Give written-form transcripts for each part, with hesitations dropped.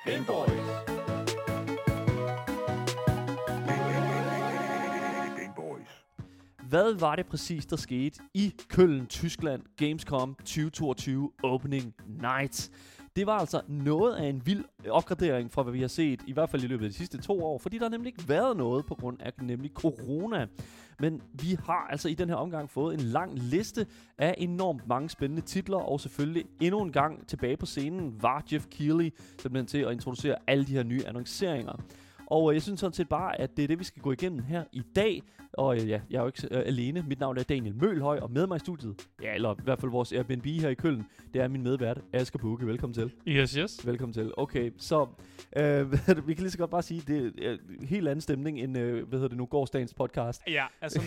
Gameboys. Hvad var det præcis, der skete i Köln, Tyskland, Gamescom 2022 Opening Night? Det var altså noget af en vild opgradering fra, hvad vi har set, i hvert fald i løbet af de sidste 2 år, fordi der har nemlig ikke været noget på grund af nemlig corona. Men vi har altså i den her omgang fået en lang liste af enormt mange spændende titler, og selvfølgelig endnu en gang tilbage på scenen var Jeff Keighley simpelthen til at introducere alle de her nye annonceringer. Og jeg synes sådan set bare, at det er det, vi skal gå igennem her i dag. Og ja, jeg er jo ikke alene. Mit navn er Daniel Mølhøj, og med mig i studiet, ja, eller i hvert fald vores Airbnb her i Køln, det er min medvært, Asger Bukke. Velkommen til. Yes. Velkommen til. Okay, så vi kan lige så godt bare sige, det er en helt anden stemning end, gårsdagens podcast. Ja, altså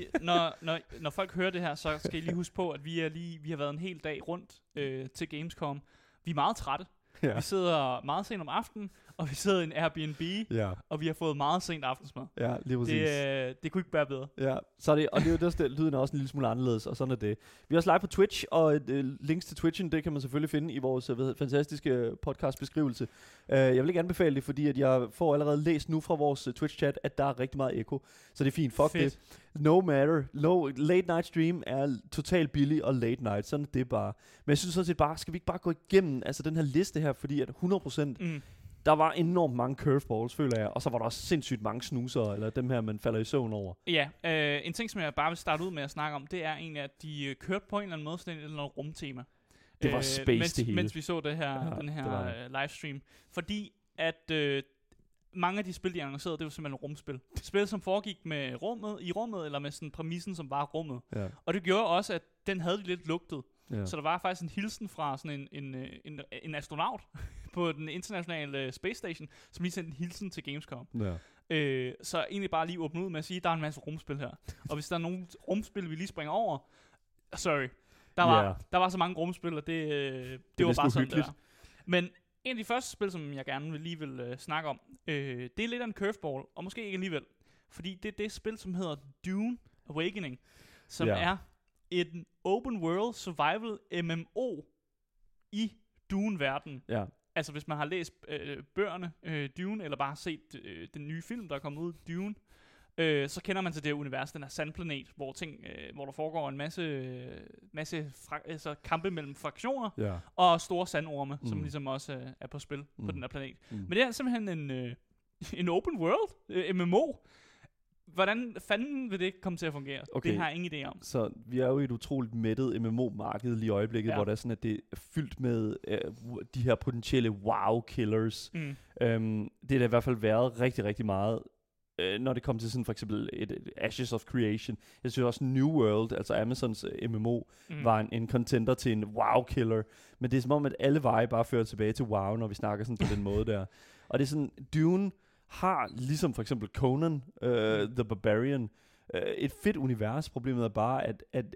når folk hører det her, så skal I lige huske på, at vi har været en hel dag rundt til Gamescom. Vi er meget trætte. Ja. Vi sidder meget sent om aftenen, og vi sidder i en Airbnb, og vi har fået meget sent aftensmad. Ja, lige præcis. Det kunne ikke være bedre. Ja, så det, og det er jo lyden er også en lille smule anderledes, og sådan er det. Vi er også live på Twitch, og links til Twitchen, det kan man selvfølgelig finde i vores fantastiske podcastbeskrivelse. Jeg vil ikke anbefale det, fordi at jeg får allerede læst nu fra vores Twitch-chat, at der er rigtig meget echo. Så det er fint, fuck det. No matter. Late night stream er totalt billig og late night, sådan er det bare. Men jeg synes sådan set bare, skal vi ikke bare gå igennem altså den her liste her, fordi at 100%... Der var enormt mange curveballs, føler jeg, og så var der også sindssygt mange snuser, eller dem her, man falder i søvn over. Ja, en ting, som jeg bare vil starte ud med at snakke om, det er egentlig, at de kørte på en eller anden måde sådan et eller andet rumtema. Det var space det hele. Mens vi så den her livestream. Fordi at mange af de spil, de annoncerede, det var simpelthen rumspil. Spil, som foregik med rummet, eller med sådan præmissen, som var rummet. Ja. Og det gjorde også, at den havde lidt lugtet. Ja. Så der var faktisk en hilsen fra sådan en astronaut på den internationale Space Station, som lige sendte en hilsen til Gamescom. Ja. Så egentlig bare lige åbne ud med at sige, at der er en masse rumspil her. Og hvis der er nogle rumspil, vi lige springer over, sorry. Der var så mange rumspil, og det var bare sådan der. Men en af de første spil, som jeg gerne vil snakke om, det er lidt af en curveball, og måske ikke alligevel. Fordi det er det spil, som hedder Dune Awakening, som er en open world survival MMO i Dune-verdenen. Ja. Altså hvis man har læst bøgerne Dune, eller bare set den nye film, der er kommet ud, Dune, så kender man til det her univers, den her sandplanet, hvor der foregår en masse kampe mellem fraktioner og store sandorme, som ligesom også er på spil på den her planet. Men det er simpelthen en open world MMO. Hvordan fanden vil det komme til at fungere? Okay. Det har jeg ingen idé om. Så vi er jo i et utroligt mættet MMO-marked lige i øjeblikket, hvor det er sådan, at det er fyldt med de her potentielle wow-killers. Det har da i hvert fald været rigtig, rigtig meget, når det kommer til sådan for eksempel et Ashes of Creation. Jeg synes også New World, altså Amazons MMO, var en contender til en wow-killer. Men det er som om, at alle veje bare fører tilbage til wow, når vi snakker sådan på den måde der. Og det er sådan, Dune har, ligesom for eksempel Conan, The Barbarian, et fedt univers. Problemet er bare, at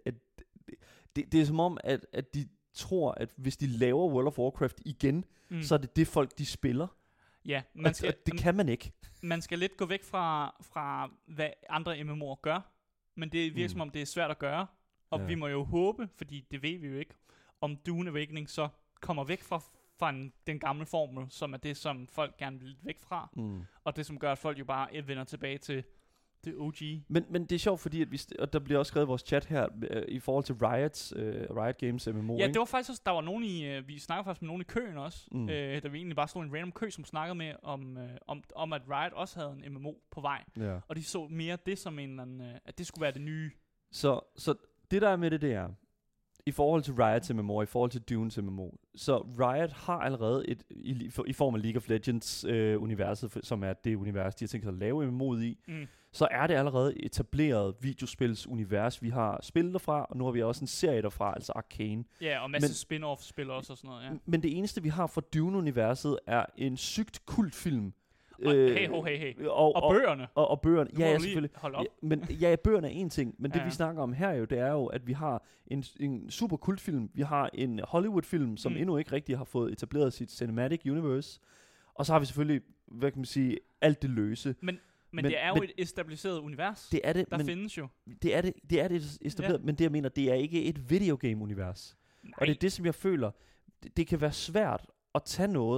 det er som om, at de tror, at hvis de laver World of Warcraft igen, så er det folk, de spiller. Ja, det kan man ikke. Man skal lidt gå væk fra hvad andre MMO'er gør, men det virker som om, det er svært at gøre. Og vi må jo håbe, fordi det ved vi jo ikke, om Dune Awakening så kommer væk fra den gamle formel, som er det, som folk gerne vil væk fra. Og det, som gør, at folk jo bare vender tilbage til det OG. Men det er sjovt, fordi at der bliver også skrevet i vores chat her, i forhold til Riot Games MMO. Ja, det var faktisk også, der var nogen vi snakkede faktisk med nogen i køen også, der vi egentlig bare stod i en random kø, som snakkede med om at Riot også havde en MMO på vej. Ja. Og de så mere det som en eller anden, at det skulle være det nye. Så det der er med det er, i forhold til Riot's MMO, i forhold til Dune's MMO, så Riot har allerede i form af League of Legends universet, som er det univers, de har tænkt sig at lave MMO'et i, så er det allerede etableret videospils univers, vi har spillet derfra, og nu har vi også en serie derfra, altså Arcane. Ja, og masse spin-off-spil også og sådan noget, ja. Men det eneste, vi har fra Dune-universet, er en sygt kultfilm. Hey. Og bøgerne. Og bøgerne. Ja, selvfølgelig. Hold op. Men bøgerne er en ting, men det vi snakker om her jo, det er jo, at vi har en super kultfilm, vi har en Hollywood-film, som endnu ikke rigtig har fået etableret sit cinematic universe, og så har vi selvfølgelig, hvad kan man sige, alt det løse. Men det er jo et etableret univers. Det er det. Der findes jo. Det er det etableret, men det jeg mener, det er ikke et videogame-univers. Og det er det, som jeg føler, det kan være svært at tage noget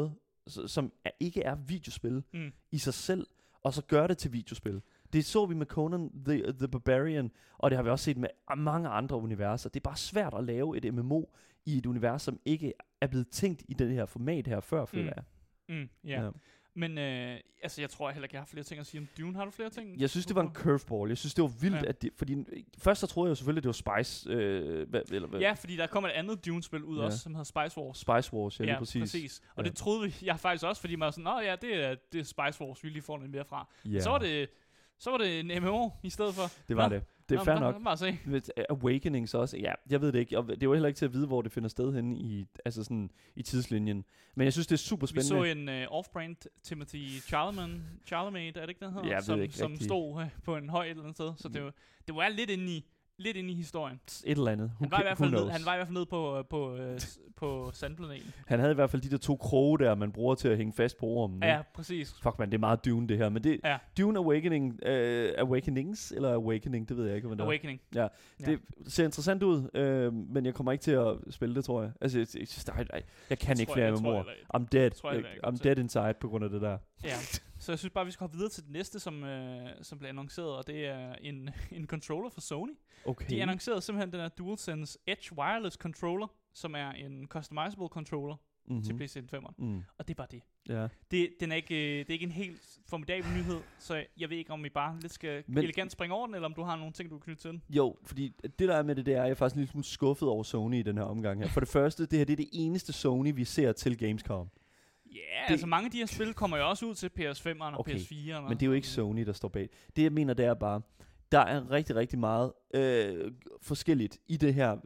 som ikke er videospil i sig selv, og så gør det til videospil. Det så vi med Conan the Barbarian, og det har vi også set med mange andre universer. Det er bare svært at lave et MMO i et univers, som ikke er blevet tænkt i det her format her før, føler jeg. Ja. Men altså, jeg tror heller ikke, jeg har flere ting at sige om Dune. Har du flere ting? Jeg synes, det var en curveball. Jeg synes, det var vildt, at det, fordi først så troede jeg jo selvfølgelig, at det var Spice. Ja, fordi der kom et andet Dune-spil ud også, som hedder Spice Wars. Spice Wars, ja, lige præcis. Og det troede jeg faktisk også, fordi man var sådan, det er Spice Wars, vi lige får lidt mere fra. Så var det en MMO i stedet for. Det var det. Det er fair nok. Bare se. Awakenings også. Ja, jeg ved det ikke. Og det var heller ikke til at vide, hvor det finder sted henne i tidslinjen. Men jeg synes, det er super spændende. Vi så en off-brand Timothy Chalamet, er det ikke den hedder? Ja, som stod på en høj et eller andet sted. Så det var lidt inde i historien. Et eller andet. Han var i hvert fald nede på sandplaneten. Han havde i hvert fald de der 2 kroge der, man bruger til at hænge fast på ormen. Ja, præcis. Fuck man, det er meget Dune det her. Men det Dune Awakenings, eller Awakening, det ved jeg ikke, hvad det er. Awakening. Ja, det ser interessant ud, men jeg kommer ikke til at spille det, tror jeg. Altså, jeg kan ikke flere MMO'er. I'm dead. I'm dead inside på grund af det der. Ja. Så jeg synes bare, vi skal hoppe videre til det næste, som blev annonceret, og det er en controller fra Sony. Okay. De annoncerede simpelthen den her DualSense Edge Wireless Controller, som er en customizable controller til PlayStation 5'eren. Og det er bare det. Ja. Det er ikke en helt formidabel nyhed, så jeg ved ikke, om vi bare lidt skal elegant springe over den, eller om du har nogle ting, du kan knytte til den. Jo, fordi det der er med det, er, jeg er faktisk en lille smule skuffet over Sony i den her omgang her. For det første, det her det er det eneste Sony, vi ser til Gamescom. Ja, altså mange af de her spil kommer jo også ud til PS5'eren og PS4'eren. Men det er jo ikke Sony, der står bag. Det jeg mener, det er bare, der er rigtig, rigtig meget forskelligt i det her,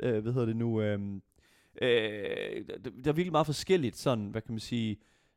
der er virkelig meget forskelligt, sådan, hvad kan man sige,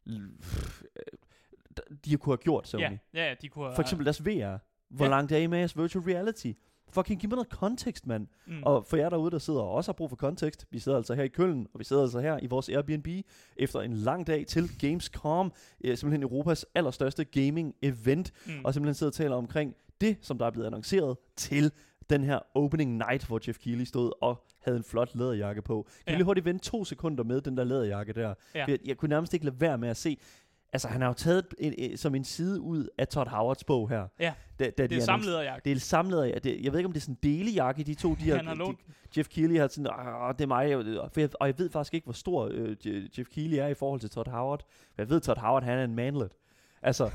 de kunne have gjort, Sony. Ja, de kunne have... For eksempel deres VR. Hvor langt er I med jeres virtual reality? Fucking giv mig noget kontekst, mand. Og for jer derude, der sidder og også har brug for kontekst, vi sidder altså her i Køln, og vi sidder altså her i vores Airbnb, efter en lang dag til Gamescom, simpelthen Europas allerstørste gaming-event, og simpelthen sidder og taler omkring det, som der er blevet annonceret til den her opening night, hvor Jeff Keighley stod og havde en flot læderjakke på. Kan jeg lige hurtigt vente 2 sekunder med den der læderjakke der? Ja. Jeg kunne nærmest ikke lade være med at se. Altså, han har jo taget som en side ud af Todd Howards bog her. Ja, det er samlederjakke. Det er samlederjakke. Jeg ved ikke, om det er sådan en delejakke, de to. Jeff Keighley har sådan, det er mig. Og jeg ved faktisk ikke, hvor stor Jeff Keighley er i forhold til Todd Howard. Jeg ved, Todd Howard, han er en manlet. Altså,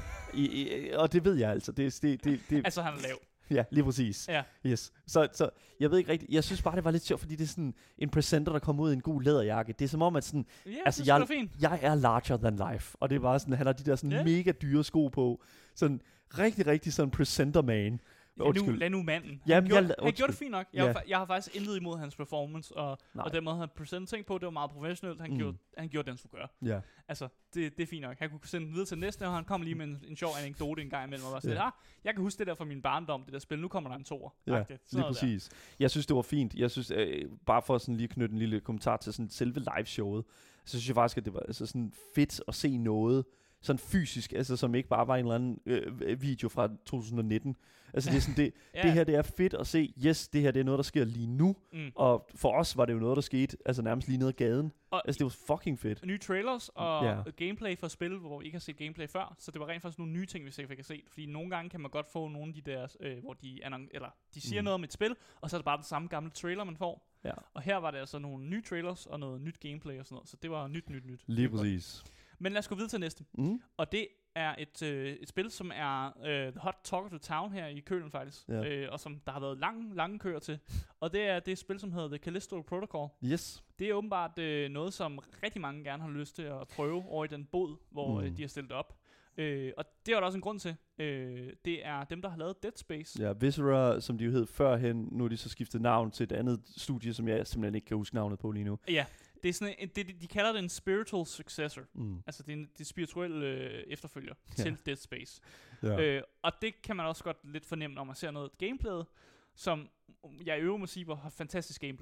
og det ved jeg altså. Altså, han er lav. Ja, lige præcis. Ja. Yes. Så jeg ved ikke rigtigt. Jeg synes bare, det var lidt sjovt, fordi det er sådan en presenter, der kommer ud i en god læderjakke. Det er som om, at sådan... Ja, altså, jeg er larger than life. Og det er bare sådan, han har de der sådan mega dyre sko på. Sådan rigtig sådan presenter man. Lad nu manden. Han gjorde det fint nok. Jeg har faktisk intet imod hans performance, og den måde, han præsenterede ting på, det var meget professionelt. Han gjorde det, han skulle gøre. Ja. Altså, det er fint nok. Han kunne sende den videre til næste, og han kom lige med en sjov anekdote en gang imellem, og var sådan, jeg kan huske det der fra min barndom, det der spil, nu kommer der en toer. Ja, lige præcis. Jeg synes, det var fint. Jeg synes, bare for sådan lige knytte en lille kommentar til sådan selve live-showet, så synes jeg faktisk, at det var altså sådan fedt at se noget, sådan fysisk, altså som ikke bare var en eller anden video fra 2019. Altså det er sådan det her, det er fedt at se. Yes, det her det er noget, der sker lige nu. Og for os var det jo noget, der skete altså nærmest lige ned ad gaden. Og altså det var fucking fedt. Nye trailers og gameplay for spil, hvor vi ikke har set gameplay før. Så det var rent faktisk nogle nye ting, vi sikkert fik at se. Fordi nogle gange kan man godt få nogle af de der, hvor de siger noget om et spil, og så er det bare den samme gamle trailer, man får. Ja. Og her var det altså nogle nye trailers og noget nyt gameplay og sådan noget. Så det var nyt. Lige præcis. Men lad os gå videre til næste. Og det er et spil, som er The Hot Talk of the Town her i Køln faktisk. Og som der har været lange køer til. Og det er det spil, som hedder The Callisto Protocol. Yes. Det er åbenbart noget, som rigtig mange gerne har lyst til at prøve over i den båd, hvor de har stillet op. Og det er der også en grund til. Det er dem, der har lavet Dead Space. Ja, Viscera, som de jo hed førhen. Nu er de så skiftet navn til et andet studie, som jeg simpelthen ikke kan huske navnet på lige nu. Ja. Det er sådan de kalder det en spiritual successor. Altså det er en spirituel efterfølger til Dead Space. Ja. Og det kan man også godt lidt fornemme, når man ser noget gameplay, som jeg må sige, var fantastisk gameplay.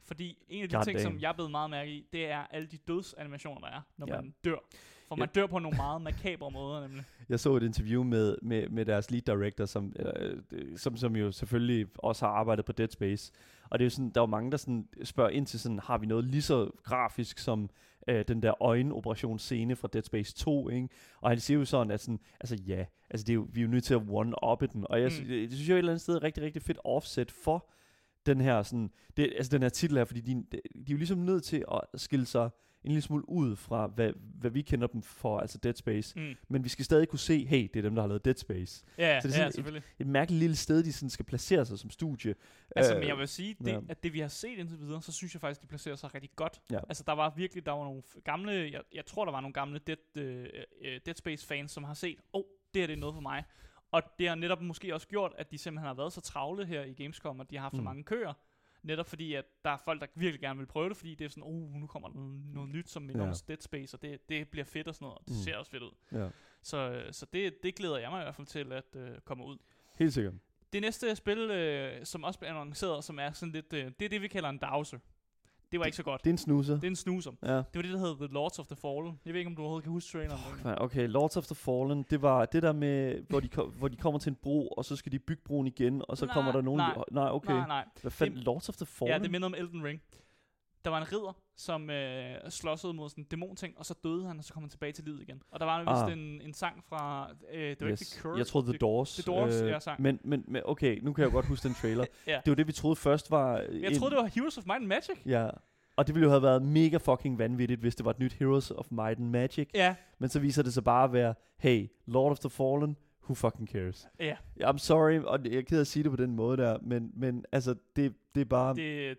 Fordi en af de ting, som jeg er blevet meget mærke i, det er alle de dødsanimationer, der er, når man dør. For man dør på nogle meget makabre måder, nemlig. Jeg så et interview med deres lead director, som jo selvfølgelig også har arbejdet på Dead Space. Og det er jo sådan, der er jo mange, der sådan spørger ind til sådan, har vi noget lige så grafisk som den der øjenoperationscene fra Dead Space 2, ikke? Og han siger jo sådan, at sådan, altså ja, altså det er jo, vi er jo nødt til at one-uppe den. Og det synes jeg et eller andet sted er rigtig, rigtig fedt offset for den her sådan, den her titel her, fordi de er jo ligesom nødt til at skille sig en lille smule ud fra, hvad vi kender dem for, altså Dead Space. Men vi skal stadig kunne se, hey, det er dem, der har lavet Dead Space. Ja, så det er sådan et mærkeligt lille sted, de sådan skal placere sig som studie. Altså, men jeg vil sige, at det vi har set indtil videre, så synes jeg faktisk, de placerer sig rigtig godt. Ja. Altså, der var nogle gamle, jeg tror, der var nogle gamle Dead Space fans, som har set, det her det er noget for mig. Og det har netop måske også gjort, at de simpelthen har været så travle her i Gamescom, at de har haft så mange køer. Netop fordi, at der er folk, der virkelig gerne vil prøve det, fordi det er sådan, nu kommer der noget nyt, som minder om Dead Space, og det bliver fedt og sådan noget, og det ser også fedt ud. Ja. Så det glæder jeg mig i hvert fald til at komme ud. Helt sikkert. Det næste spil, som også bliver annonceret, som er sådan lidt, det er det, vi kalder en dowser. Det var ikke så godt. Det er en snoozer. Det er en snoozer. Ja. Det var det, der hedder The Lords of the Fallen. Jeg ved ikke, om du overhovedet kan huske traileren. Okay, Lords of the Fallen, det var det der med, hvor de kommer til en bro, og så skal de bygge broen igen, og så kommer der nogen... Nej, okay. Nej. Hvad fanden? Lords of the Fallen? Ja, det minder om Elden Ring. Der var en ridder, som slåsede mod sådan en dæmon-ting, og så døde han, og så kom han tilbage til livet igen. Og der var vist en sang fra... det var ikke The Curse. Jeg troede The Doors. The Doors, sang. Men okay, nu kan jeg godt huske den trailer. Det var det, vi troede først var... Jeg troede, det var Heroes of Might and Magic. Ja. Og det ville jo have været mega fucking vanvittigt, hvis det var et nyt Heroes of Might and Magic. Ja. Men så viser det sig bare at være, hey, Lord of the Fallen, who fucking cares? Ja. I'm sorry, og jeg er ked af at sige det på den måde der, men altså, det er bare...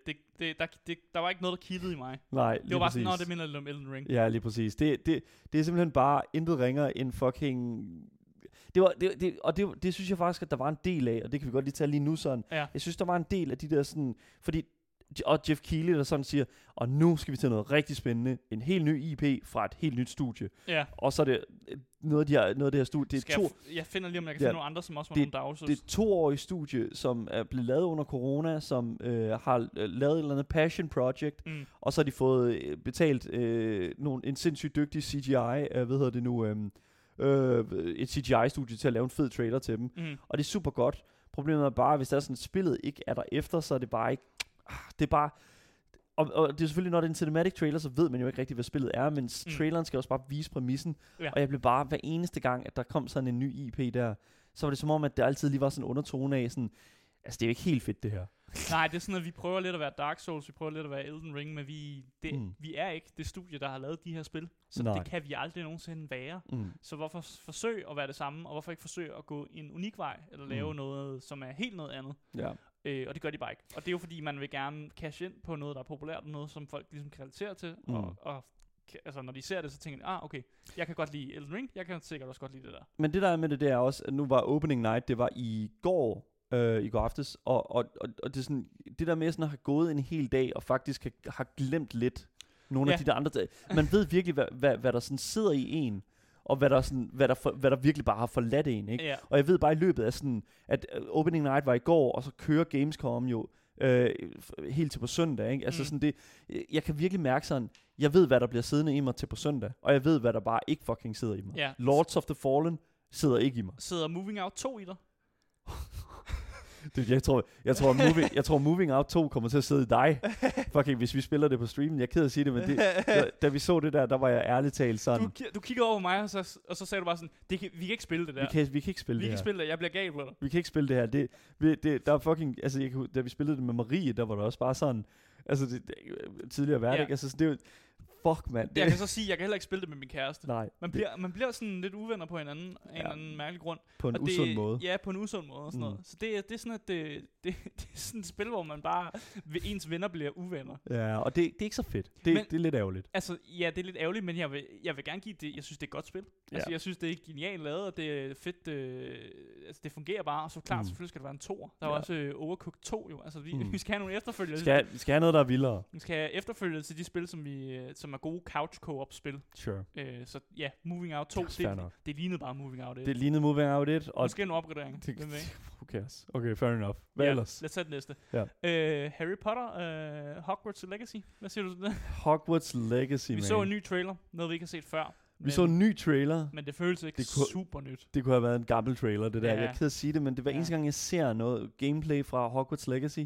Der var ikke noget, der kildede i mig. Nej, det var bare sådan, det minder lidt om Elden Ring. Ja, lige præcis. Det er simpelthen bare intet ringer end fucking... Det synes jeg faktisk, at der var en del af, og det kan vi godt lige tage lige nu sådan. Ja. Jeg synes, der var en del af de der sådan... Fordi og Jeff Keighley, der sådan siger, og nu skal vi til noget rigtig spændende, en helt ny IP fra et helt nyt studie. Ja. Og så er det noget af det her studie. Jeg finder lige, om jeg kan finde nogle andre, som også var nogle dagser. Det er 2-årige studie, som er blevet lavet under corona, som har lavet et eller andet passion project, og så har de fået betalt en sindssygt dygtig CGI, et CGI-studie til at lave en fed trailer til dem. Og det er super godt. Problemet er bare, hvis der er sådan, spillet ikke er der efter, så er det bare ikke... Det er bare... Og det er selvfølgelig, når det er en cinematic trailer, så ved man jo ikke rigtig, hvad spillet er, men traileren skal også bare vise præmissen. Ja. Og jeg blev bare, hver eneste gang, at der kom sådan en ny IP der, så var det som om, at det altid lige var sådan en undertone af sådan... Altså, det er jo ikke helt fedt, det her. Nej, det er sådan, at vi prøver lidt at være Dark Souls, vi prøver lidt at være Elden Ring, men vi er ikke det studie, der har lavet de her spil. Så det kan vi aldrig nogensinde være. Så hvorfor forsøge at være det samme, og hvorfor ikke forsøge at gå en unik vej, eller lave noget, som er helt noget andet. Ja. Og det gør de bare ikke. Og det er jo fordi, man vil gerne cash ind på noget, der er populært, noget som folk ligesom kan relatere til, og altså, når de ser det, så tænker de, okay, jeg kan godt lide Elden Ring, jeg kan sikkert også godt lide det der. Men det der er med det, er også, at nu var opening night, det var i går aftes, og det er sådan, det der med sådan at have gået en hel dag, og faktisk har glemt lidt nogle af de der andre dage. Man ved virkelig, hvad der sådan sidder i en, og hvad der virkelig bare har forladt en, ikke? Yeah. Og jeg ved bare i løbet af sådan, at opening night var i går, og så kører Gamescom jo helt til på søndag, ikke? Altså sådan det, jeg kan virkelig mærke sådan, jeg ved, hvad der bliver siddende i mig til på søndag, og jeg ved, hvad der bare ikke fucking sidder i mig. Yeah. Lords of the Fallen sidder ikke i mig. Sidder Moving Out 2 i dig? Jeg tror Moving Out 2 kommer til at sidde i dig. Fucking, hvis vi spiller det på streamen. Jeg er ked af at sige det, men da vi så det der var jeg ærligt talt sådan. Du kigger over på mig, og så sagde du bare sådan, vi kan ikke spille det der. Vi kan ikke spille det her. Vi kan ikke spille det, jeg bliver gal på dig. Vi kan ikke spille det her. Der er fucking, altså da vi spillede det med Marie, der var det også bare sådan, altså tidligere hverdag, altså det er jo, fuck, mand. Jeg kan så sige, jeg kan heller ikke spille det med min kæreste. Nej. Man bliver sådan lidt uvenner på hinanden af en eller anden mærkelig grund. På en usund måde. Ja, på en usund måde og sådan noget. Så det er sådan, at det er sådan et spil, hvor man bare, ens venner bliver uvenner. Ja, og det er ikke så fedt. Det er lidt ærgerligt. Altså, ja, det er lidt ærgerligt, men jeg vil gerne give det, jeg synes, det er et godt spil. Ja. Altså, jeg synes, det er genialt lavet, og det er fedt, altså, det fungerer bare, og så klart, selvfølgelig skal det være en 2'er. Der er også Overcooked 2 jo, altså, vi skal have nogle efterfølgere. Vi skal have noget, der er vildere. Vi skal have efterfølgere til de spil, som er gode couch co-op-spil. Sure. Så ja, Moving Out 2, det lignede bare Moving Out 1. Det lignede Moving Out 1. Og måske en opgradering. Who cares? Okay, fair enough. Hvad ellers? Lad os tage den næste. Ja. Harry Potter, Hogwarts Legacy. Hvad siger du til det? Hogwarts Legacy, Vi så en ny trailer, noget vi ikke har set før. Vi så en ny trailer. Men det føles ikke super nyt. Det kunne have været en gammel trailer, det der. Jeg er ked at sige det, men det var eneste gang, jeg ser noget gameplay fra Hogwarts Legacy,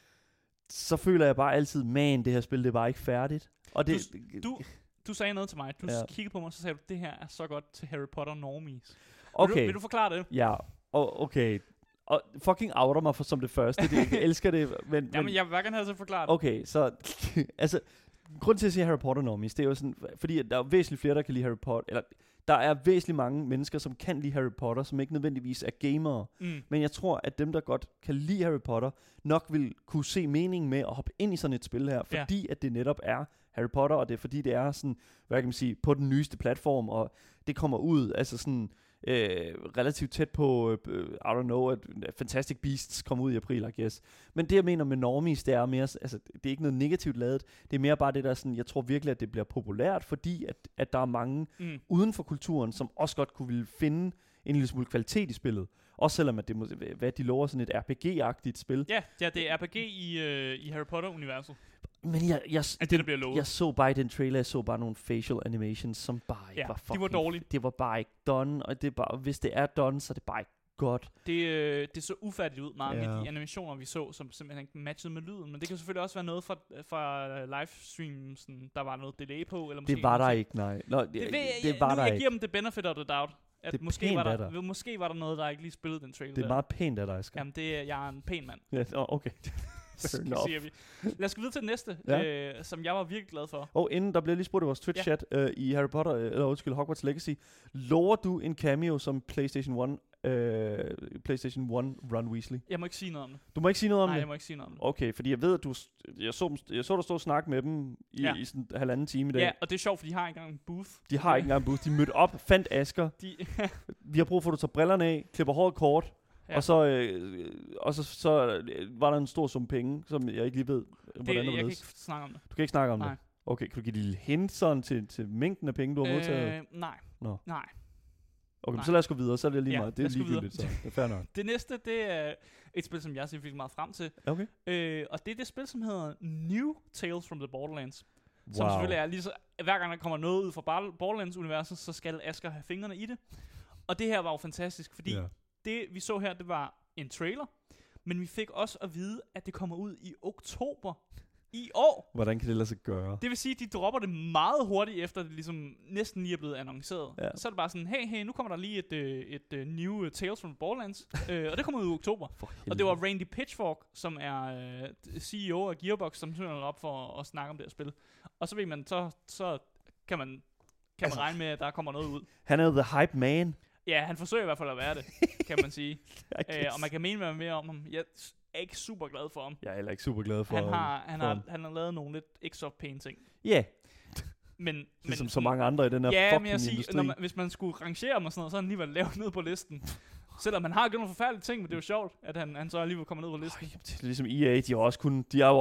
så føler jeg bare altid, man, det her spil, det er bare ikke færdigt. Og det, du sagde noget til mig. Du kiggede på mig, så sagde du, det her er så godt til Harry Potter normies. Okay. Vil du forklare det? Ja, okay. Og fucking outer mig som det første. Jeg elsker det. Men jamen, jeg vil gerne have til at forklare det. Okay, så altså, grund til at sige Harry Potter normies, det er jo sådan, fordi der er væsentligt flere, der kan lide Harry Potter, eller der er væsentligt mange mennesker, som kan lide Harry Potter, som ikke nødvendigvis er gamere. Men jeg tror, at dem, der godt kan lide Harry Potter, nok vil kunne se meningen med at hoppe ind i sådan et spil her, fordi at det netop er Harry Potter, og det er fordi, det er sådan, hvad kan man sige, på den nyeste platform, og det kommer ud, altså sådan relativt tæt på, I don't know, at Fantastic Beasts kom ud i april, I guess. Men det, jeg mener med normies, det er mere, altså, det er ikke noget negativt lavet, det er mere bare det der sådan, jeg tror virkelig, at det bliver populært, fordi at der er mange uden for kulturen, som også godt kunne ville finde en lille smule kvalitet i spillet. Også selvom at det må, hvad de lover, sådan et RPG-agtigt spil. Ja, det er RPG i Harry Potter-universet. Men jeg så bare i den trailer, jeg så bare nogle facial animations, som bare ikke var fucking... de var dårlige. Det var bare ikke done, og det er bare, hvis det er done, så er det bare ikke godt. Det så ufærdigt ud meget med de animationer, vi så, som simpelthen ikke matchede med lyden. Men det kan selvfølgelig også være noget fra livestreamsen, der var noget delay på. Eller måske det var der ikke, nej. Nå, det var der jeg ikke. giver dem det benefit of the doubt. At det måske var der noget, der ikke lige spillede den trailer. Det er meget pænt af dig, Asger. Jamen, jeg er en pæn mand. Ja, okay. Siger vi. Lad os gå videre til den næste, som jeg var virkelig glad for. Inden der bliver lige spurgt i vores Twitch-chat i Harry Potter, eller undskyld, Hogwarts Legacy. Lover du en cameo som PlayStation 1 Ron Weasley? Jeg må ikke sige noget om det. Du må ikke sige noget om det? Nej, jeg må ikke sige noget om det. Okay, fordi jeg ved, at jeg så dig stå og snakke med dem i sådan en halvanden time i dag. Ja, og det er sjovt, for de har ikke engang en booth. De har ikke engang en booth. De mødte op, fandt Asger. Vi har brug for, at du tager brillerne af, klipper håret kort. Ja. Og så var der en stor sum penge, som jeg ikke lige ved, hvordan jeg kan ikke snakke om det. Du kan ikke snakke om det? Okay, kan du give et lille hint sådan til mængden af penge, du har modtaget? Nej. Okay, men så lad os gå videre, så er det lige meget. Det er ligegyldigt, så det er fair nok. Det næste, det er et spil, som jeg ser virkelig meget frem til. Okay. Og det er det spil, som hedder New Tales from the Borderlands. Wow. Som selvfølgelig er lige så, hver gang der kommer noget ud fra Borderlands-universet, så skal Asger have fingrene i det. Og det her var jo fantastisk, fordi det vi så her, det var en trailer, men vi fik også at vide, at det kommer ud i oktober i år. Hvordan kan det lade sig gøre? Det vil sige, at de dropper det meget hurtigt, efter det ligesom næsten lige er blevet annonceret. Ja. Så er det bare sådan, hey, nu kommer der lige et new Tales from Borderlands, og det kommer ud i oktober. Og det var Randy Pitchfork, som er CEO af Gearbox, som simpelthen op for at snakke om det her spil. Og så ved man, så kan man regne med, at der kommer noget ud. Han er jo the hype man. Ja, han forsøger i hvert fald at være det, kan man sige. Og man kan mene, hvad mere om ham. Jeg er ikke super glad for ham. Jeg er heller ikke super glad for ham. Han har lavet nogle lidt ikke så pæne ting. Ja. Yeah. Men som så mange andre i den her fucking industri. Hvis man skulle rangere ham og sådan noget, så er han alligevel lavt ned på listen. Selvom han har gjort nogle forfærdelige ting, men det er jo sjovt, at han så alligevel kommer ned på listen. Det er ligesom EA, de har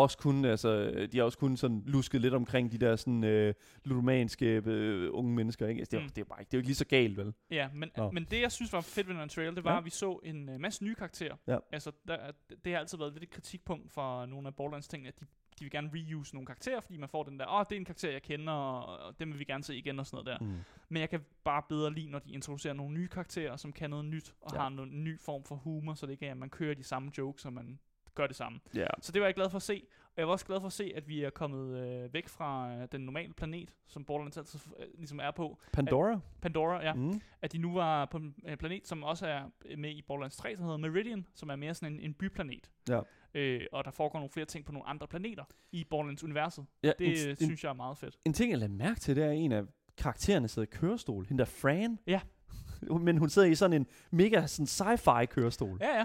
også kun sådan lusket lidt omkring de der sådan ludomanske unge mennesker, ikke? Altså, det er jo ikke lige så galt, vel? Ja, men det jeg synes var fedt ved den trailer, det var, at vi så en masse nye karakterer. Ja. Altså, det har altid været lidt et kritikpunkt for nogle af Borderlands ting, at de vil gerne reuse nogle karakterer, fordi man får den der, det er en karakter, jeg kender, og dem vil vi gerne se igen og sådan noget der. Men jeg kan bare bedre lide, når de introducerer nogle nye karakterer, som kan noget nyt, og har en ny form for humor, så det ikke er, at man kører de samme jokes, og man gør det samme. Yeah. Så det var jeg glad for at se. Og jeg var også glad for at se, at vi er kommet væk fra den normale planet, som Borderlands altid ligesom er på. Pandora, ja. At de nu var på en planet, som også er med i Borderlands 3, som hedder Meridian, som er mere sådan en byplanet. Ja. Og der foregår nogle flere ting på nogle andre planeter i Borderlands-universet. Ja, det synes jeg er meget fedt. En ting, jeg lader mærke til, det er, en af karaktererne sidder i kørestol. Hende der Fran. Ja. Men hun sidder i sådan en mega sådan sci-fi kørestol. Ja.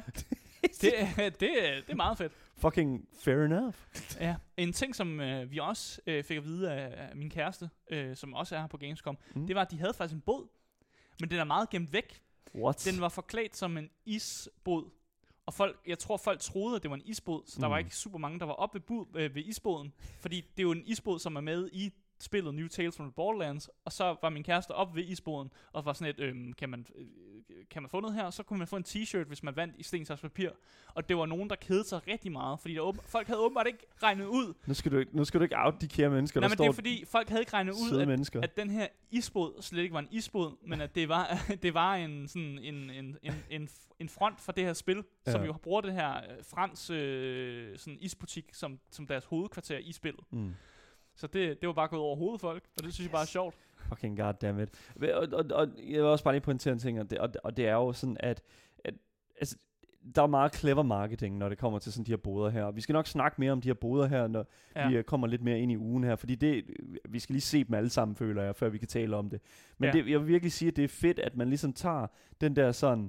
Det er meget fedt. Fucking fair enough. Ja, en ting, som vi også fik at vide af min kæreste, som også er her på Gamescom, det var, at de havde faktisk en båd, men den er meget gemt væk. What? Den var forklædt som en isbåd. Og jeg tror, folk troede, at det var en isbåd, så der var ikke super mange, der var oppe ved isbåden. Fordi det er jo en isbåd, som er med i spillet New Tales from the Borderlands, og så var min kæreste op ved isboden, og var sådan et, kan man få noget her? Så kunne man få en t-shirt, hvis man vandt i sten, saks, papir. Og det var nogen, der kedede sig rigtig meget, fordi folk havde åbenbart ikke regnet ud. Nu skal du ikke out de kære mennesker, der står. Nej, men det er fordi, folk havde ikke regnet ud, at den her isbåd slet ikke var en isbåd, men at det var en, sådan en front for det her spil, som jo bruger det her fransk sådan isbutik som deres hovedkvarter i spillet. Så det var bare gået over hovedet folk, og det synes jeg bare er sjovt. Fucking goddammit. Og jeg vil også bare lige pointere en ting, og det er jo sådan, at altså, der er meget clever marketing, når det kommer til sådan de her boder her. Vi skal nok snakke mere om de her boder her, når vi kommer lidt mere ind i ugen her, fordi vi skal lige se dem alle sammen, føler jeg, før vi kan tale om det. Men jeg vil virkelig sige, at det er fedt, at man ligesom tager den der sådan,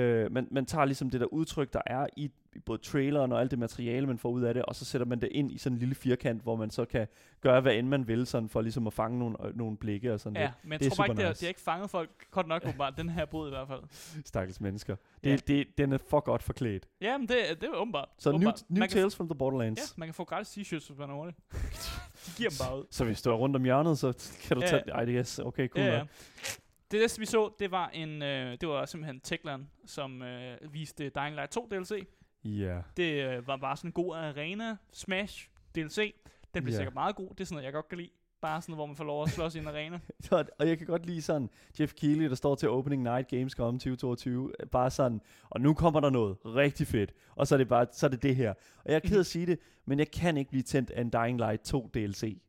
man tager ligesom det der udtryk, der er i både traileren og alt det materiale, man får ud af det, og så sætter man det ind i sådan en lille firkant, hvor man så kan gøre, hvad end man vil, sådan for ligesom at fange nogle blikke og sådan det. Ja, men jeg tror bare ikke, det har ikke fanget folk godt nok, åbenbart, den her båd i hvert fald. Stakkels mennesker. Den er for godt forklædt. Ja, men det er åbenbart. Så New Tales from the Borderlands. Ja, man kan få gratis t-shirts, hvis man er hurtigt. De giver dem bare ud. Så hvis du er rundt om hjørnet, så kan du tage... Ej, det er okay, cool. Ja. Det næste vi så, det var simpelthen Techland, som viste Dying Light 2 DLC. Ja. Det var bare sådan en god arena smash DLC. Den bliver sikkert meget god. Det er sådan noget, jeg godt kan lide. Bare sådan, hvor man får lov at slås i en arena. Og jeg kan godt lide sådan Jeff Keighley, der står til Opening Night Gamescom 2022. Bare sådan, og nu kommer der noget rigtig fedt. Og så er det det her. Og jeg er ked at sige det, men jeg kan ikke blive tændt af en Dying Light 2 DLC.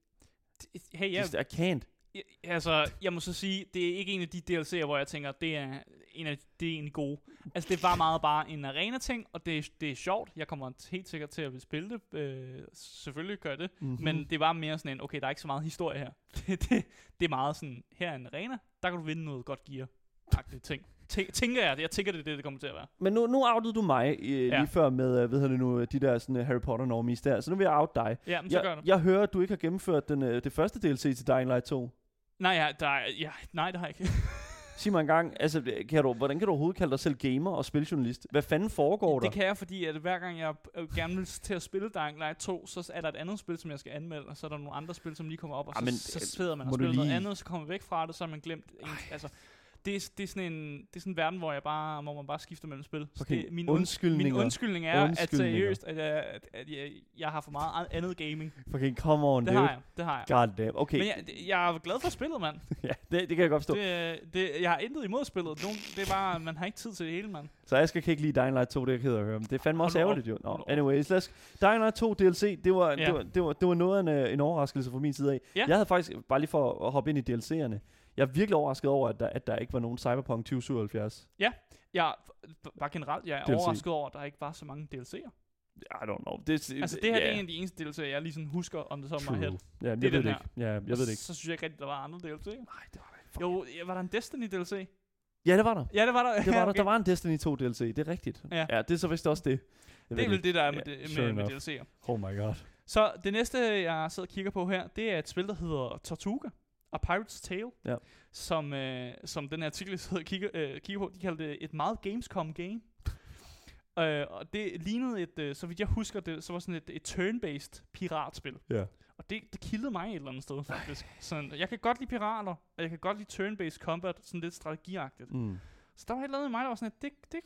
Hey, I can't. Altså, jeg må så sige, det er ikke en af de DLC'er, hvor jeg tænker, det er egentlig gode. Altså, det var meget bare en arena-ting, og det er sjovt. Jeg kommer helt sikkert til at spille det. Selvfølgelig gør det. Mm-hmm. Men det var mere sådan en, okay, der er ikke så meget historie her. Det er meget sådan, her er en arena, der kan du vinde noget godt gear-agtigt ting. Tænker jeg det er det kommer til at være. Men nu outede du mig lige før med, de der sådan Harry Potter normies der. Så nu vil jeg out dig. Ja, men så gør du. Jeg hører, at du ikke har gennemført det første DLC til Dying Light 2. Nej, det har jeg ikke. Sig mig en gang, altså, hvordan kan du overhovedet kalde dig selv gamer og spiljournalist? Hvad fanden foregår der? Det kan jeg, fordi at hver gang jeg gerne vil til at spille Dying Light 2, så er der et andet spil, som jeg skal anmelde, og så er der nogle andre spil, som lige kommer op, og så sidder man og spiller noget andet, så kommer væk fra det, så har man glemt altså. Det er sådan en verden, hvor man bare skifter mellem spil. Okay. Min undskyldning er, at seriøst, at jeg har for meget andet gaming. Okay, come on, det har jeg. God damn. Okay. Men jeg er glad for spillet, mand. Ja, det kan jeg godt forstå. Jeg har intet imod spillet. Det er bare, man har ikke tid til det hele, mand. Så jeg skal ikke lide Dying Light 2, det er jeg ked af at høre. Det er fandme også ærgerligt, jo. No, anyways, Dying Light 2 DLC, det var noget af en overraskelse fra min side af. Ja. Jeg havde faktisk, bare lige for at hoppe ind i DLC'erne, jeg er virkelig overrasket over, at der ikke var nogen Cyberpunk 2077. Ja, bare generelt, jeg er overrasket over, at der ikke var så mange DLC'er. I don't know. Det her det er en af de eneste DLC'er, jeg lige sådan husker om det så meget. Ja, jeg ved det ikke. Ja, jeg ved det ikke. Så synes jeg ikke rigtig, der var andre DLC'er. Nej, det var ikke. Jo, var der en Destiny DLC? Ja, det var der. Ja, det var der. Okay. Der var en Destiny 2 DLC, det er rigtigt. Ja, det er så vist også det. Det er vel det, der er med DLC'er. Oh my god. Så det næste, jeg sidder og kigger på her, det er et spil, der hedder Tortuga. A Pirate's Tale, som den artikel, jeg sidder og kigger på, de kaldte det et meget Gamescom-game. Og det lignede så vidt jeg husker det, så var sådan et turn-based piratspil. Ja. Og det kildede mig et eller andet sted, faktisk. Sådan, jeg kan godt lide pirater, og jeg kan godt lide turn-based combat, sådan lidt strategiagtigt. Så der var et eller andet i mig, der var sådan, at det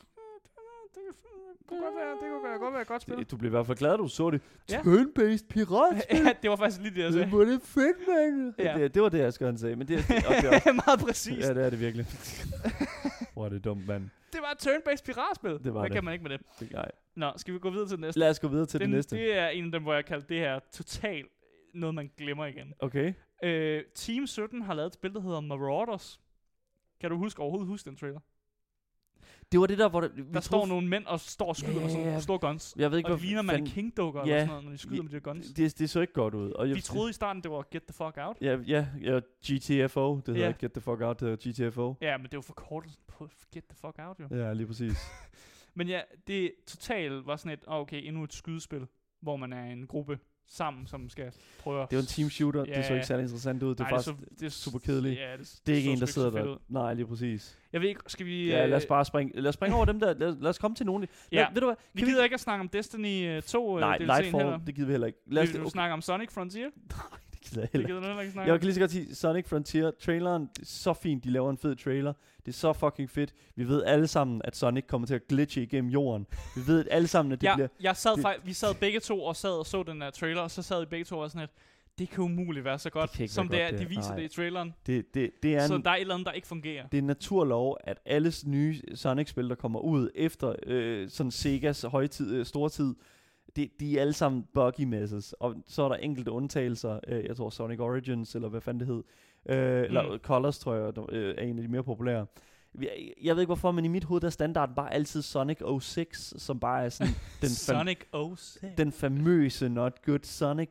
kunne godt være et godt spil. Du blev i hvert fald glad, du så det. Turn-based piratspil. Ja, det var faktisk lige det, jeg sagde. Det var det fedt, mand. Ja. Det var det, jeg skulle sige. Men det er meget præcist. Ja, det er det virkelig. Hvor er det dumt, mand. Det var et turn-based piratspil. Hvad kan man ikke med det? Nej. Nå, skal vi gå videre til det næste? Lad os gå videre til det næste. Det er en af dem, hvor jeg kalder det her totalt noget, man glemmer igen. Okay. Team 17 har lavet et spil, der hedder Marauders. Kan du overhovedet huske den trailer? Det var det der, hvor der står nogle mænd og står og skyder med sådan nogle store guns. Jeg ved ikke, og det ligner man King-dukker eller sådan noget, når de skyder med de guns. Det så ikke godt ud. Og vi troede i starten, det var Get the Fuck Out. Ja, GTFO. Det hedder Get the Fuck Out, det hedder GTFO. Ja, men det var forkortelsen på Get the Fuck Out, jo. Ja, lige præcis. Men ja, det totalt var sådan et, okay, endnu et skydespil, hvor man er en gruppe sammen, som skal prøve. Det var en team shooter, det så ikke særlig interessant ud. Det er super kedeligt. Ja, det er ikke en, der sidder der. Nej, lige præcis. Jeg ved ikke, skal vi... Ja, lad os bare springe over dem der. Lad os komme til nogle. Ja, ved du hvad? Vi gider ikke at snakke om Destiny 2 Nej, DLC'en Lightfall, heller. det gider vi heller ikke. Vil du snakke om Sonic Frontier? Nej, det gider heller. Jeg kan lige så godt sige, Sonic Frontier, traileren, det er så fint, de laver en fed trailer. Det er så fucking fedt. Vi ved alle sammen, at Sonic kommer til at glitche igennem jorden. Vi ved alle sammen, at det bliver... Vi sad begge to og så den her trailer, og så sad vi begge to og sådan et, det kan umuligt være så godt, som det er, de viser det i traileren. Det er så der er et eller andet, der ikke fungerer. Det er en naturlov, at alles nye Sonic-spil, der kommer ud efter sådan Segas store tid, de er alle sammen buggy messes. Og så er der enkelte undtagelser. Jeg tror Sonic Origins, eller hvad fanden det hed. Eller Colors, tror jeg, er en af de mere populære. Jeg ved ikke hvorfor, men i mit hoved der er standarden bare altid Sonic 06, som bare er sådan Sonic 06. Den famøse not good Sonic.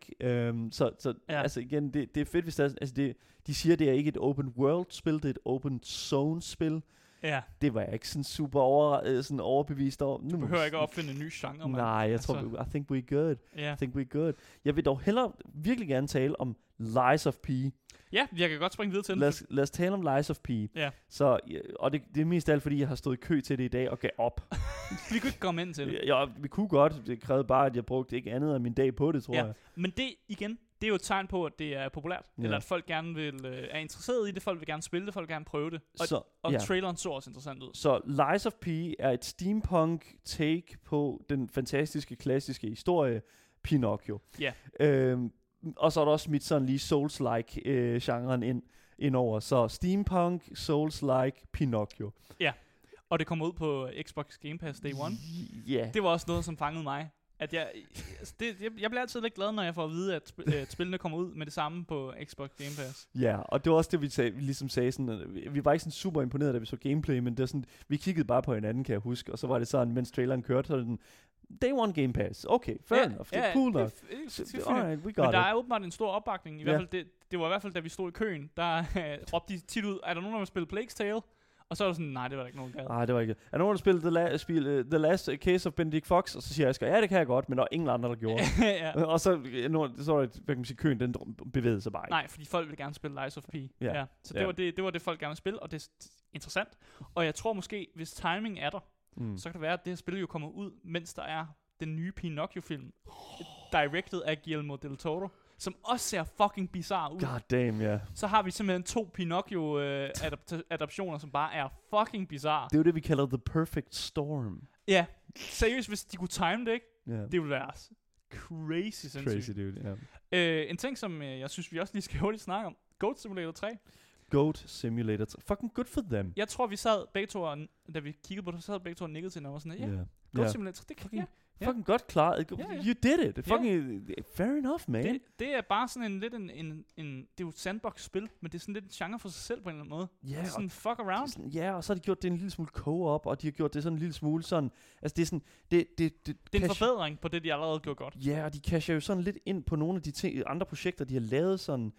Så altså igen, det er fedt hvis det er, altså de siger det er ikke et open world spil, det er et open zone spil. Ja. Det var jeg ikke sådan super overbevist over. Du behøver ikke at opfinde en ny genre, man. Nej, jeg tror I think we're good. Yeah. I think we're good. Jeg vil dog hellere virkelig gerne tale om Lies of P. Ja, jeg kan godt springe videre til den. Lad os tale om Lies of P. Ja. Så, og det er mest af alt, fordi jeg har stået i kø til det i dag og gav op. Vi kunne ikke komme ind til det. Ja, vi kunne godt. Det krævede bare, at jeg brugte ikke andet end min dag på det, tror jeg. Men det igen, det er jo et tegn på, at det er populært. Ja. Eller at folk gerne er interesseret i det, folk vil gerne spille det, folk vil gerne prøve det. Og traileren så også interessant ud. Så Lies of P er et steampunk take på den fantastiske, klassiske historie, Pinocchio. Ja. Og så er der også smidt sådan lige Souls-like genren ind over. Så steampunk, Souls-like, Pinocchio. Ja, og det kommer ud på Xbox Game Pass Day 1. Ja. Det var også noget, som fangede mig. At jeg bliver altid lidt glad, når jeg får at vide, at spillene kommer ud med det samme på Xbox Game Pass. Ja, og det var også det, vi ligesom sagde. Sådan, vi var ikke sådan super imponeret, da vi så gameplay, men det var sådan, vi kiggede bare på hinanden, kan jeg huske. Og så var det sådan, mens traileren kørte, så var det den, Day 1 Game Pass. Okay, fair enough. Det er cool nok. Alright, we got men der er åbenbart en stor opbakning. I hvert fald det var i hvert fald, da vi stod i køen, der råbte de tit ud, er der nogen, der vil spille Plague's Tale? Og så er der sådan, nej, det var der ikke nogen gad. Nej, det var ikke. Er der nogen, der spillede The Last Case of Benedict Fox? Og så siger Asger, ja, det kan jeg godt, men der er ingen andre, der gjorde. Ja. Og så var det, hvad kan man sige, køen, den bevægede sig bare ikke. Nej, fordi folk vil gerne spille Lies of P. Ja. Så det var det, folk gerne vil spille, og det er interessant. Og jeg tror måske, hvis timing er der, så kan det være, at det her spil jo kommer ud, mens der er den nye Pinocchio-film, directed af Guillermo del Toro, som også ser fucking bizarre ud. God damn, ja. Yeah. Så har vi simpelthen 2 Pinocchio-adaptioner, som bare er fucking bizarre. Det er jo det, vi kalder The Perfect Storm. Ja, seriøst, hvis de kunne time det, ikke? Yeah. Det ville være crazy sindssygt. Crazy, dude, ja. En ting, som jeg synes, vi også lige skal hurtigt snakke om. Goat Simulator 3. Goat Simulator 3. Fucking good for them. Jeg tror, vi sad begge to, da vi kiggede på det, så sad begge to og nikkede til noget og sådan, ja, Goat Simulator 3, det kan fucking godt klaret. You did it. Fucking fair enough, man. Det er bare sådan det er jo et sandbox-spil, men det er sådan lidt en genre for sig selv på en eller anden måde. Ja, det er sådan fuck around. Ja, og så har de gjort det en lille smule co-op, og de har gjort det sådan en lille smule sådan, altså det er sådan, det er en forbedring på det, de allerede gjorde godt. Ja, og de casher jo sådan lidt ind på nogle af de andre projekter, de har lavet sådan,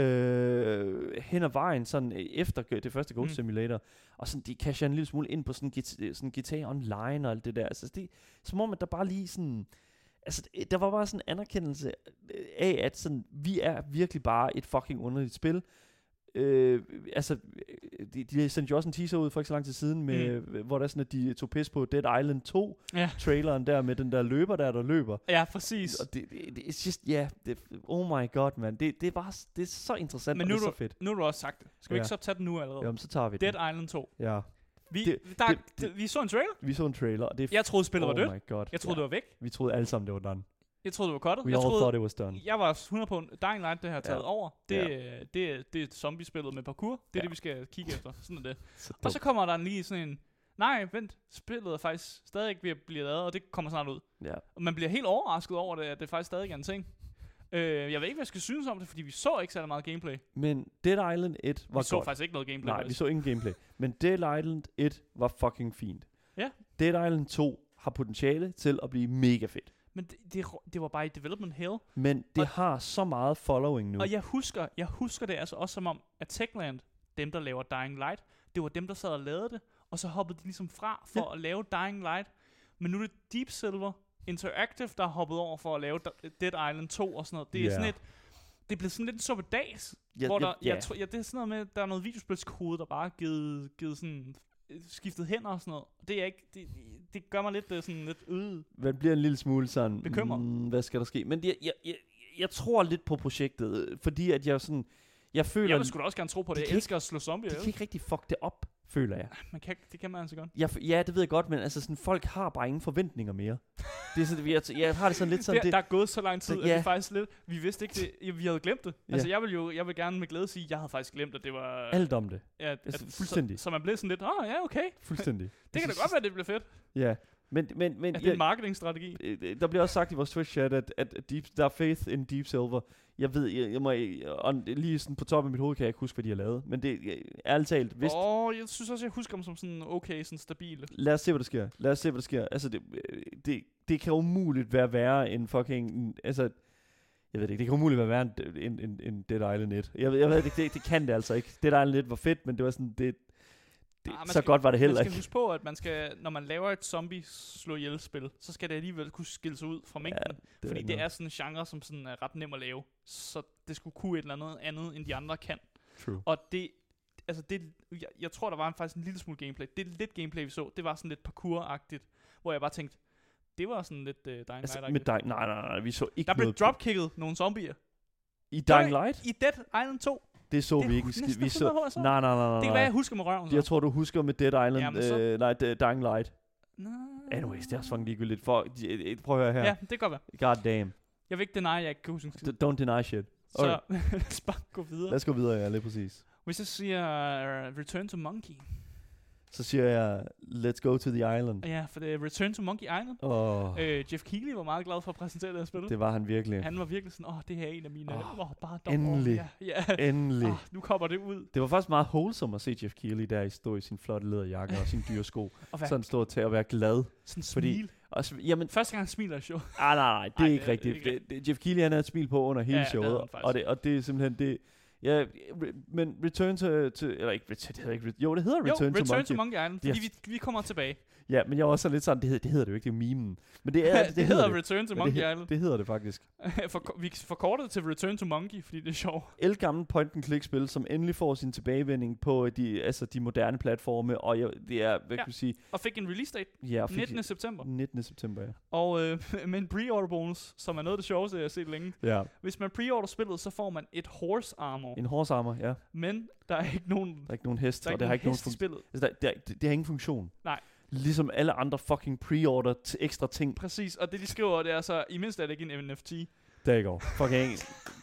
hen ad vejen sådan efter det første Goat Simulator, og sådan de casher en lille smule ind på sådan GTA Online og alt det der. Altså det som om at der bare lige sådan, altså der var bare sådan en anerkendelse af at sådan vi er virkelig bare et fucking underligt spil. Altså de sendte jo også en teaser ud for ikke så lang tid siden med hvor der sådan at de tog pis på Dead Island 2 traileren der med den der løber der løber. Ja, præcis. Og det er just oh my god man. Det er så interessant. Men og det er så fedt. Nu har du også sagt det. Skal vi ikke så tage den nu allerede? Jamen så tager vi Dead Island 2. Ja. Vi så en trailer. Vi så en trailer og det jeg troede spillet var dødt. Oh my god. Jeg troede det var væk. Vi troede alle sammen det var done. Jeg troede, det var cuttet. We all thought it was done. Jeg var 100 på Dying Light, det har taget over. Det er zombie-spillet med parkour. Det er det, vi skal kigge efter. Sådan er det. Og så kommer der lige sådan en, nej, vent, spillet er faktisk stadig ikke ved at blive lavet, og det kommer snart ud. Ja. Og man bliver helt overrasket over det, at det faktisk stadig er en ting. Jeg ved ikke, hvad jeg skal synes om det, fordi vi så ikke så meget gameplay. Men Dead Island 1 var godt. Vi så faktisk ikke noget gameplay. Nej, vi så ingen gameplay. Men Dead Island 1 var fucking fint. Ja. Dead Island 2 har potentiale til at blive mega fedt. Men det var bare i development hell. Men det har så meget following nu. Og jeg husker det altså også som om, at Techland, dem der laver Dying Light, det var dem der sad og lavede det, og så hoppede de ligesom fra for at lave Dying Light. Men nu er det Deep Silver Interactive, der har hoppet over for at lave Dead Island 2 og sådan noget. Det er sådan det er blevet sådan lidt en suppedags, hvor der, jeg tror, det er sådan noget med, der er noget videospilskode, der bare er givet sådan skiftet hænder og sådan noget. Det er ikke det gør mig lidt sådan lidt Man bliver en lille smule sådan bekymret. Hvad skal der ske? Men Jeg tror lidt på projektet, fordi at jeg sådan... Jeg føler... Jeg vil sgu da også gerne tro på det. Jeg elsker at slå zombier. De kan ikke rigtig fuck det op, føler jeg. Det kan man altså godt. Ja, det ved jeg godt, men altså sådan, folk har bare ingen forventninger mere. Det er sådan, jeg har det sådan lidt sådan... Der er gået så lang tid, at vi faktisk lidt... Vi vidste ikke det. Vi havde glemt det. Ja. Altså, jeg vil gerne med glæde sige, at jeg havde faktisk glemt, at det var... Alt om det. Ja, fuldstændig. Så man blev sådan lidt, ja, okay. Fuldstændig. Det kan da godt være, det bliver fedt. Ja. Men det er en marketingstrategi. Der bliver også sagt i vores Twitch-chat, at der er faith in Deep Silver. Jeg ved, jeg må lige sådan på toppen af mit hoved kan jeg ikke huske, hvad de har lavet. Men det er ærligt talt. Jeg synes også, jeg husker dem som sådan okay, sådan stabil. Lad os se, hvad der sker. Altså, det kan umuligt være værre end fucking... Altså, jeg ved det ikke. Det kan umuligt være værre end Dead Island 1. Jeg ved ikke, det kan det altså ikke. Dead Island 1 var fedt, men det var sådan... godt var det heller ikke. Man skal huske på, at når man laver et zombie slå ihjel spil, så skal det alligevel kunne skille sig ud fra mængden. Ja, fordi det er sådan en genre, som sådan er ret nem at lave. Så det skulle kunne et eller andet end de andre kan. True. Og jeg tror, der var faktisk en lille smule gameplay. Det er lidt gameplay, vi så. Det var sådan lidt parkour-agtigt, hvor jeg bare tænkte, det var sådan lidt Dying Light-agtigt. Nej, vi så ikke der blev dropkicket nogle zombier. I Dying Light? I Dead Island 2. Det så vi ikke. Vi så. Nej. Det er hvad jeg husker med røven. Jeg tror du husker med Dead Island. Dying Light. Nej. Anyways, det er også fucking ligegyldigt. Prøv at høre her. Ja, det kan godt være. God damn. Jeg vil ikke deny, jeg ikke kan huske. Don't deny shit. Okay. Så lad os bare gå videre. Lad os gå videre, ja, lige præcis. Hvis jeg siger Return to Monkey, så siger jeg, let's go to the island. Ja, for det er Return to Monkey Island. Jeff Keighley var meget glad for at præsentere det her spil. Det var han virkelig. Han var virkelig sådan, det her er en af mine... Endelig. Endelig. Nu kommer det ud. Det var faktisk meget wholesome at se Jeff Keighley der stå i sin flotte læderjakke og sin dyre sko. Sådan stå til at være glad. Sådan smil. Jamen, første gang han smiler i show. Nej, det er ikke rigtigt. Jeff Keighley han havde et smil på under hele showet. Og det er simpelthen det... Ja, men Return to eller ikke, det hedder ikke, jo, det hedder Return to Monkey Island, fordi vi kommer tilbage. Ja, men jeg var også lidt sådan, det hedder det jo ikke, det er memen. Men det hedder Return to Monkey Island. Det hedder det faktisk. Vi forkorter det til Return to Monkey, fordi det er sjovt. Elgammel point-and-click-spil, som endelig får sin tilbagevending på de moderne platforme, og det er, hvad kan vi sige... Og fik en release date, 19. september. 19. september, ja. Og med en pre-order bonus, som er noget af det sjoveste, jeg har set længe. Ja. Hvis man pre-order spillet, så får man et horse armor. En horse armor, ja. Men der er ikke nogen... Der er ikke nogen hest, og det har ikke nogen spillet. Altså, det har ingen funktion. Nej. Ligesom alle andre fucking pre-order ekstra ting. Præcis, og det de skriver, det er så, i mindst er det ikke en NFT. Der går. Fucking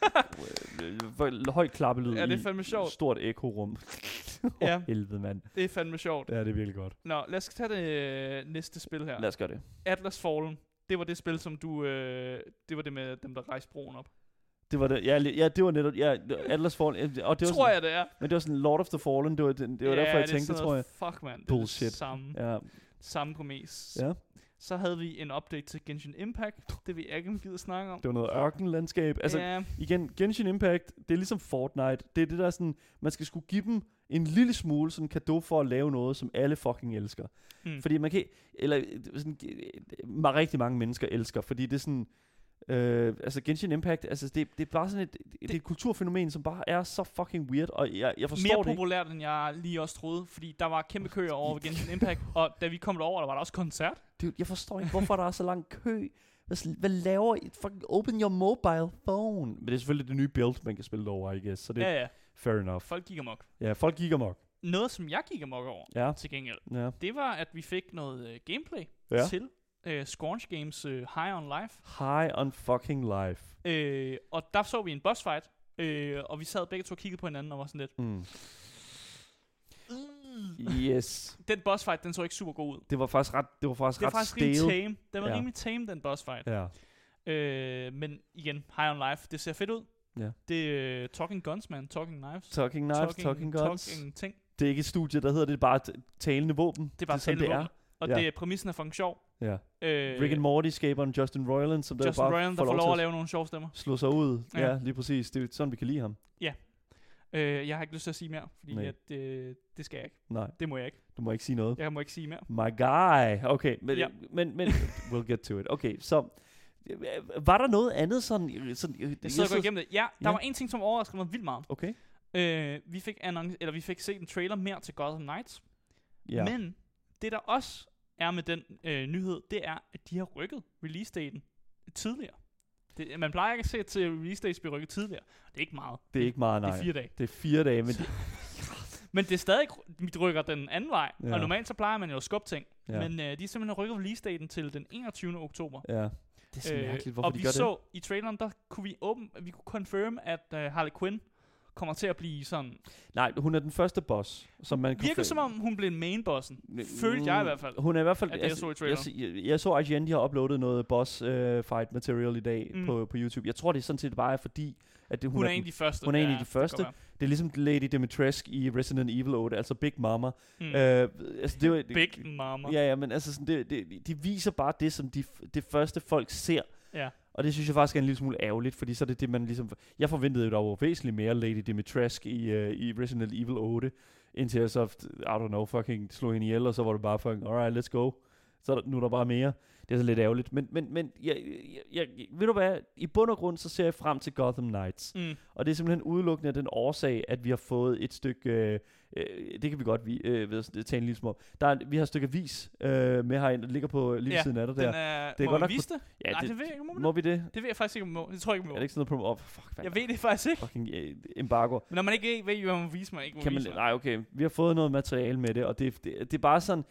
høj klappelyd. Ja, det er fandme sjovt. Stort ekorum. Ja. Helvede, mand. Det er fandme sjovt. Ja, det er virkelig godt. Nå, lad os tage det næste spil her. Lad os gøre det. Atlas Fallen. Det var det spil, som du... det var det med dem, der rejste broen op. Det var det. Ja, det var netop... Ja, Atlas Fallen. Og det var tror jeg, det er. Men det var sådan Lord of the Fallen. Det var derfor, jeg tænkte, tror jeg. Fuck, man. Bullshit. Det er det samme. Ja. Samme præmis. Ja. Så havde vi en update til Genshin Impact. Det vi ikke gider snakke om. Det var noget ørkenlandskab. Altså, igen, Genshin Impact, det er ligesom Fortnite. Det er det der sådan, man skal skulle give dem en lille smule sådan cadeau for at lave noget, som alle fucking elsker. Fordi man kan, eller sådan, rigtig mange mennesker elsker, fordi det er sådan, altså Genshin Impact, altså det er bare sådan det er et kulturfænomen, som bare er så fucking weird, og jeg forstår mere populært, end jeg lige også troede, fordi der var kæmpe køer over ved Genshin Impact, og da vi kom derover, der var der også koncert. Dude, jeg forstår ikke, hvorfor der er så lang kø. Hvad laver I? Fucking open your mobile phone. Men det er selvfølgelig det nye build, man kan spille over, I guess. Så det er fair enough. Folk gik amok. Ja, folk gik amok. Noget, som jeg gik amok over, til gengæld, det var, at vi fik noget gameplay til Scorch Games High on Life. High on fucking life. Og der så vi en boss fight, og vi sad begge to og kiggede på hinanden og var sådan lidt... Yes. Den boss fight, den så ikke super god ud. Det var faktisk ret stale. Tame. Den var rimelig tame, den boss fight. Ja. Men igen, High on Life, det ser fedt ud. Ja. Det er Talking Guns, man. Talking Knives. Talking Guns. Talking ting. Det er ikke et studie, der hedder det, er bare talende våben. Det er bare talende våben. Og det er præmissen er fucking sjov. Ja. Rick and Morty-skaberen Justin Roiland, som der får lov at lave nogle sjove stemmer. Slå sig ud. Ja, lige præcis. Det er sådan, vi kan lide ham. Ja. Jeg har ikke lyst til at sige mere, fordi at, det skal jeg ikke. Nej. Det må jeg ikke. Du må ikke sige noget. Jeg må ikke sige mere. My guy. Okay, men we'll get to it. Okay, så var der noget andet sådan jeg sidder og går igennem det. Ja, der var en ting, som overraskede mig vildt meget. Okay. Vi fik set en trailer mere til Gotham Knights. Ja. Men det der også er med den nyhed, det er, at de har rykket release-daten tidligere. Man plejer ikke at se til release dates blive rykket tidligere. Det er ikke meget. Det er ikke meget, nej. Det er 4 dage. Det er 4 dage, men... Men det er stadig, vi rykker den anden vej, og normalt så plejer man jo at skubbe ting. Men de er simpelthen rykket release-daten til den 21. oktober. Ja. Det er så mærkeligt, hvorfor de gør det. Og vi så i traileren, der kunne vi kunne confirm, at Harley Quinn kommer til at blive sådan... Nej, hun er den første boss, som man virker som om, hun blev main-bossen. Følte jeg i hvert fald. Hun er i hvert fald... At det, jeg så i traileren. Jeg så, at IGN, de har uploadet noget boss fight material i dag på YouTube. Jeg tror, det er sådan set bare fordi... At det, hun er en af de første. Hun er en af de første. Det er ligesom Lady Dimitrescu i Resident Evil 8, altså Big Mama. Altså det var, Big Mama. Ja, men altså sådan, de viser bare det, som det første folk ser. Ja. Og det synes jeg faktisk er en lille smule ærgerligt, fordi så er det man ligesom... Jeg forventede jo, der var væsentligt mere Lady Dimitrescu i Resident Evil 8, indtil jeg så, I don't know, fucking slog hende ihjel, og så var det bare fucking, alright, let's go. Så nu er der bare mere. Det er så lidt ærgerligt. Men jeg ved du hvad, i bund og grund, så ser jeg frem til Gotham Knights. Og det er simpelthen udelukkende af den årsag, at vi har fået et stykke... det kan vi godt tage en lille små. Vi har et stykke avis med herinde, der ligger på lige siden af dig der. Det er må vi vise det? Ja, nej, det ved jeg ikke, må vi det? Det ved jeg faktisk ikke, må. Det tror jeg ikke, må. Er det ikke sådan noget på... jeg ved det faktisk ikke. Fucking embargo. Men når man ikke ved, hvad man må vise mig, ikke må vise mig. Nej, okay. Vi har fået noget materiale med det, og det er bare sådan...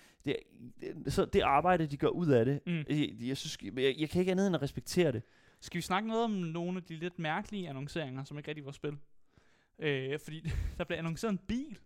Så det arbejde, de gør ud af det, jeg synes, jeg kan ikke andet end at respektere det. Skal vi snakke noget om nogle af de lidt mærkelige annonceringer, som ikke rigtig var spil? Fordi der blev annonceret en bil.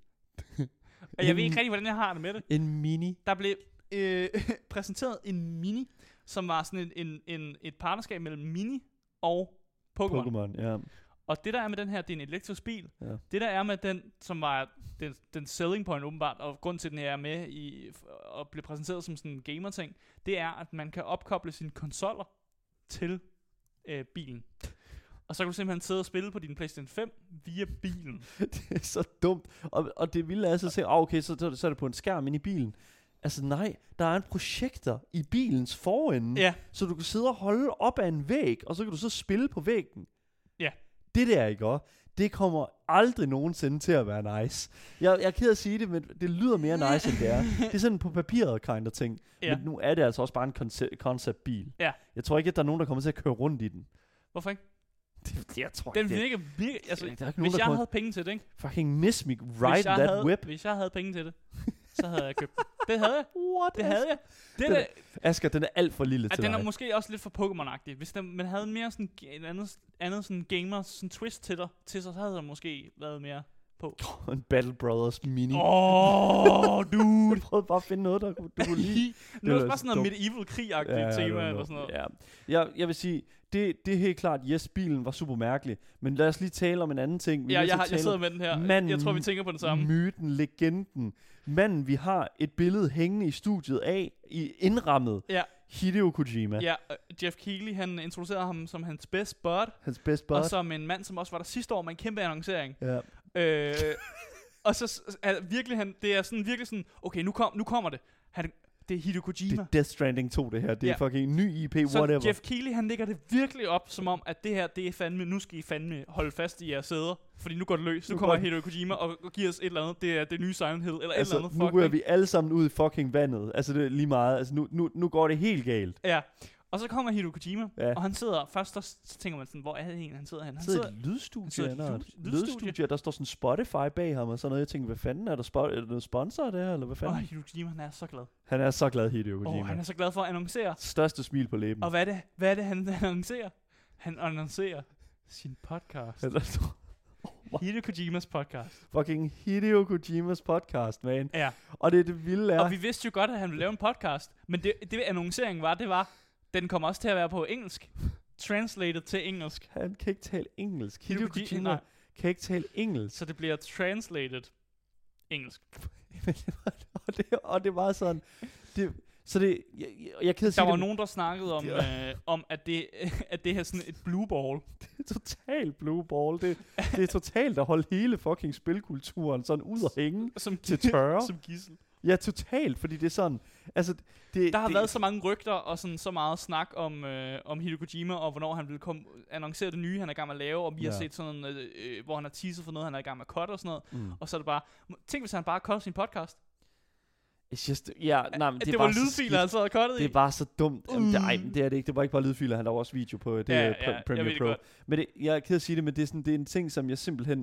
Og jeg ved ikke rigtig, hvordan jeg har det med det. En Mini. Der blev præsenteret en Mini, som var sådan et partnerskab mellem Mini og Pokémon. Ja. Og det der er med den her, det er en elektrisk bil. Ja. Det der er med den, som var den selling point åbenbart, og grund til, at den er med og bliver præsenteret som sådan en gamer-ting, det er, at man kan opkoble sine konsoller til bilen. Og så kan du simpelthen sidde og spille på din PlayStation 5 via bilen. Det er så dumt. Og det vilde er så at se, okay, så er det på en skærm inde i bilen. Altså nej, der er en projektor i bilens forende, så du kan sidde og holde op ad en væg, og så kan du så spille på væggen. Ja. Det der, ikke også? Det kommer aldrig nogensinde til at være nice. Jeg er ked af at sige det, men det lyder mere nice, end det er. Det er sådan på papiret kind of ting. Ja. Men nu er det altså også bare en konceptbil. Ja. Jeg tror ikke, at der er nogen, der kommer til at køre rundt i den. Hvorfor ikke? Jeg tror den virker altså, hvis jeg havde penge til det, ikke? Fucking miss me right that whip. Hvis jeg havde penge til det, så havde jeg købt det. havde jeg. What? Det havde jeg. Asger, den er alt for lille til den dig. Er måske også lidt for Pokémon-agtig. Hvis man havde mere sådan andet sådan gamer sådan twist til sig, så havde der måske været mere på. En Battle Brothers Mini. Dude. Jeg prøvede bare at finde noget, du kunne lide. Det var bare sådan noget medieval krig-agtigt tema eller sådan noget. Ja. Jeg vil sige, det er helt klart, yes, bilen var super mærkelig. Men lad os lige tale om en anden ting. Jeg sidder med den her. Manden, jeg tror, vi tænker på det samme. Myten, legenden. Manden, vi har et billede hængende i studiet af, indrammet. Ja. Hideo Kojima. Ja, Jeff Keighley, han introducerede ham som hans best bud. Hans best bud. Og som en mand, som også var der sidste år med en kæmpe annoncering. Ja. Og så virkelig, det er sådan virkelig sådan, okay, nu kommer det. Det er Hideo Kojima. Det er Death Stranding 2, det her. Det er fucking ny IP, whatever. Så Jeff Keighley, han lægger det virkelig op, som om, at det her, det er fandme, nu skal I fandme holde fast i jeres sæder. Fordi nu går det løs. Nu kommer Hideo Kojima og giver os et eller andet. Det er det nye Silent Hill, eller altså, et eller andet. Nu ryger vi alle sammen ud i fucking vandet. Altså, det er lige meget. Altså, nu går det helt galt. Ja. Og så kommer Hideo Kojima, og han sidder først, så tænker man sådan, hvor er det egentlig, han sidder? Han sidder i et lydstudie, der står sådan Spotify bag ham og sådan noget. Jeg tænker, hvad fanden er der noget sponsor af det her, eller hvad fanden? Hideo Kojima, han er så glad. Han er så glad, Hideo Kojima. Han er så glad for at annoncere. Største smil på læben. Og hvad er det, han annoncerer? Han annoncerer sin podcast. Hideo Kojimas podcast. Fucking Hideo Kojimas podcast, man. Ja. Og det vilde er... Og vi vidste jo godt, at han ville lave en podcast, men det annonceringen var, den kommer også til at være på engelsk. Translated til engelsk. Han kan ikke tale engelsk. Hideo Kojima kan ikke tale engelsk. Så det bliver translated engelsk. og det var sådan... Jeg der var nogen, der snakkede om at det her sådan et blue ball. Det er totalt blue ball. Det er totalt at holde hele fucking spilkulturen sådan ud og hænge til tørre. Som gidsel. Ja, totalt, fordi det er sådan... Altså, der har været så mange rygter og sådan så meget snak om Hideo Kojima, og hvornår han ville annoncere det nye, han er i gang med at lave, og vi har set sådan hvor han har teaset for noget, han er i gang med at cut og sådan noget. Og så er det bare... Tænk, hvis han bare cutter sin podcast. Det var lydfiler, altså cuttet i. Det er bare så dumt. Nej, det er det ikke. Det var ikke bare lydfiler, han lavede også video på det Premiere Pro. Men jeg er ked at sige det, men det er en ting, som jeg simpelthen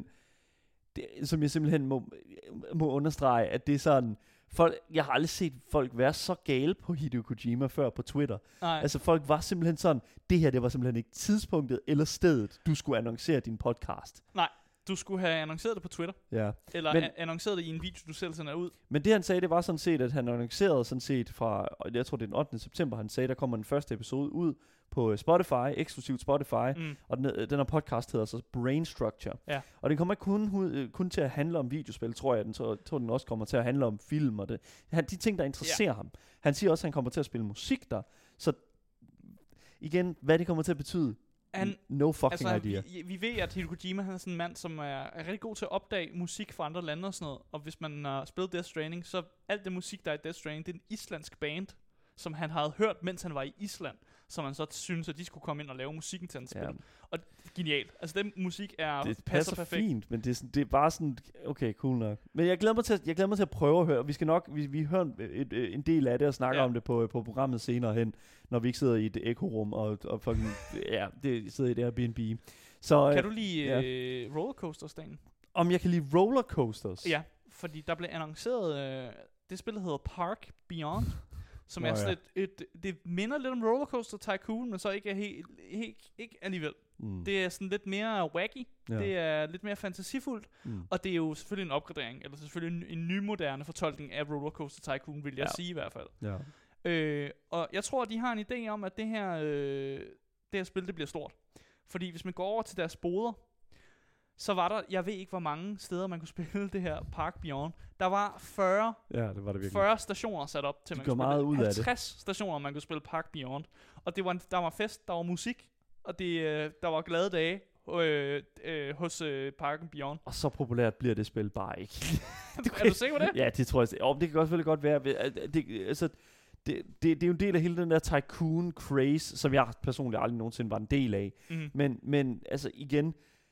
må understrege, at det er sådan, jeg har aldrig set folk være så gale på Hideo Kojima før på Twitter. Nej. Altså folk var simpelthen sådan, det var simpelthen ikke tidspunktet eller stedet, du skulle annoncere din podcast. Nej. Du skulle have annonceret det på Twitter. Ja. Eller annonceret det i en video, du selv sender ud. Men det han sagde, det var sådan set, at han annoncerede sådan set fra, jeg tror det er den 8. september, han sagde, der kommer den første episode ud på Spotify, eksklusivt Spotify, og den her podcast hedder så Brain Structure. Ja. Og det kommer ikke kun til at handle om videospil, tror jeg. Den også kommer til at handle om film og de ting, der interesserer ham. Han siger også, at han kommer til at spille musik der. Så igen, hvad det kommer til at betyde, no fucking idea. Vi ved, at Hideo Kojima han er sådan en mand, som er rigtig god til at opdage musik fra andre lande og sådan noget. Og hvis man har spillet Death Stranding, så alt det musik, der er i Death Stranding, det er en islandsk band, som han havde hørt, mens han var i Island. Så man så synes, at de skulle komme ind og lave musikken til hans spil. Og genialt. Altså den musik passer perfekt. Fint, men det er bare sådan, okay, cool nok. Men jeg glæder mig til at prøve at høre. Vi skal nok, vi hører en del af det og snakker om det på programmet senere hen, når vi ikke sidder i et ekorum og fucking, det sidder i et Airbnb. Så, kan du lide rollercoasters, Dan? Om jeg kan lide rollercoasters? Ja, fordi der blev annonceret, det spil hedder Park Beyond. Som er sådan det minder lidt om Rollercoaster Tycoon, men så ikke ikke alligevel. Det er sådan lidt mere wacky, det er lidt mere fantasifuldt, og det er jo selvfølgelig en opgradering, eller selvfølgelig en nymoderne fortolkning af Rollercoaster Tycoon, vil jeg sige i hvert fald. Ja. Og jeg tror, at de har en idé om, at det her spil, det bliver stort. Fordi hvis man går over til deres boder, så var der, jeg ved ikke hvor mange steder man kunne spille det her Park Beyond. Der var 40 stationer sat op til man kunne spille. Meget 50 stationer man kunne spille Park Beyond. Og der var fest, der var musik, og der var glade dage hos Park Beyond. Og så populært bliver det spil bare ikke. Er du sikker på det? Ja, det tror jeg. Det kan selvfølgelig godt være. Det er jo en del af hele den der tycoon craze, som jeg personligt aldrig nogensinde var en del af. Men altså igen,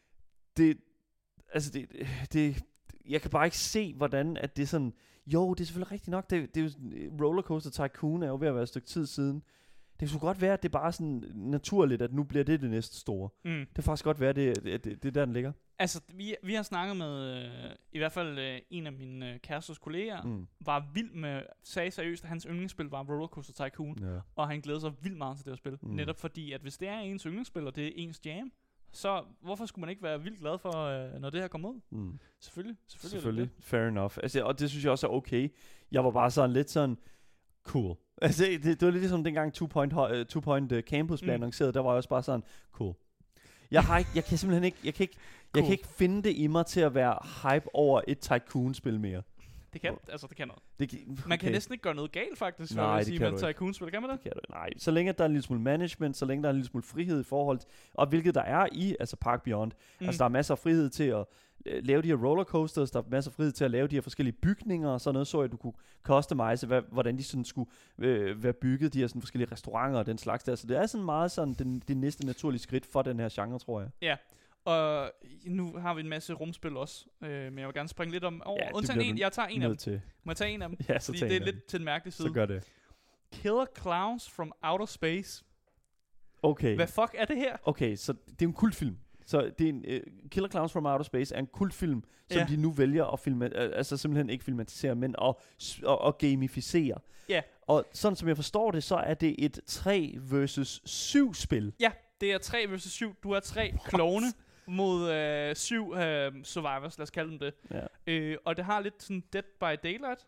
jeg kan bare ikke se, hvordan at det sådan, jo, det er selvfølgelig rigtigt nok, det er jo Rollercoaster Tycoon er jo ved at være et stykke tid siden. Det kunne godt være, at det er bare sådan naturligt, at nu bliver det næste store. Det kan faktisk godt være, det er der, den ligger. Altså, vi har snakket med, i hvert fald en af mine kærestes kolleger, var vild med, sagde seriøst, at hans yndlingsspil var Rollercoaster Tycoon, og han glæder sig vildt meget til det at spille. Netop fordi, at hvis det er ens yndlingsspil, og det er ens jam, så hvorfor skulle man ikke være vildt glad for, når det her kommer ud? Selvfølgelig. Fair enough. Altså, og det synes jeg også er okay. Jeg var bare sådan lidt sådan, cool. Altså, det var lidt ligesom dengang Two Point Campus blev annonceret. Der var jeg også bare sådan, cool. Jeg kan simpelthen ikke, jeg kan ikke finde det i mig til at være hype over et Tycoon-spil mere. Det kan noget. Man kan næsten ikke gøre noget galt, faktisk, for at sige med et Tycoon-spil. Kan man det? Nej, så længe der er en lille smule management, så længe der er en lille smule frihed i forhold til, og hvilket der er i, altså Park Beyond. Altså, der er masser af frihed til at lave de her rollercoasters, der er masser af frihed til at lave de her forskellige bygninger, og sådan noget, så at du kunne customize, hvordan de sådan skulle være bygget, de her sådan forskellige restauranter og den slags der. Så det er sådan meget sådan det næste naturlige skridt for den her genre, tror jeg. Ja. Og nu har vi en masse rumspil også, men jeg vil gerne springe lidt over. Ja, undtagen en, jeg tager en af dem. Må jeg tage en af dem? Ja, så fordi det er lidt til en mærkelig side. Så gør det. Killer Clowns from Outer Space. Okay. Hvad fuck er det her? Okay, så det er en kultfilm. Så det er en, Killer Clowns from Outer Space er en kultfilm, som de nu vælger at altså simpelthen ikke filmatisere, men at gamificere. Ja. Og sådan som jeg forstår det, så er det et 3 versus 7 spil. Ja, det er 3 versus 7. Du har 3 klovne mod 7 survivors, lad os kalde dem det. Ja. Og det har lidt sådan Dead by Daylight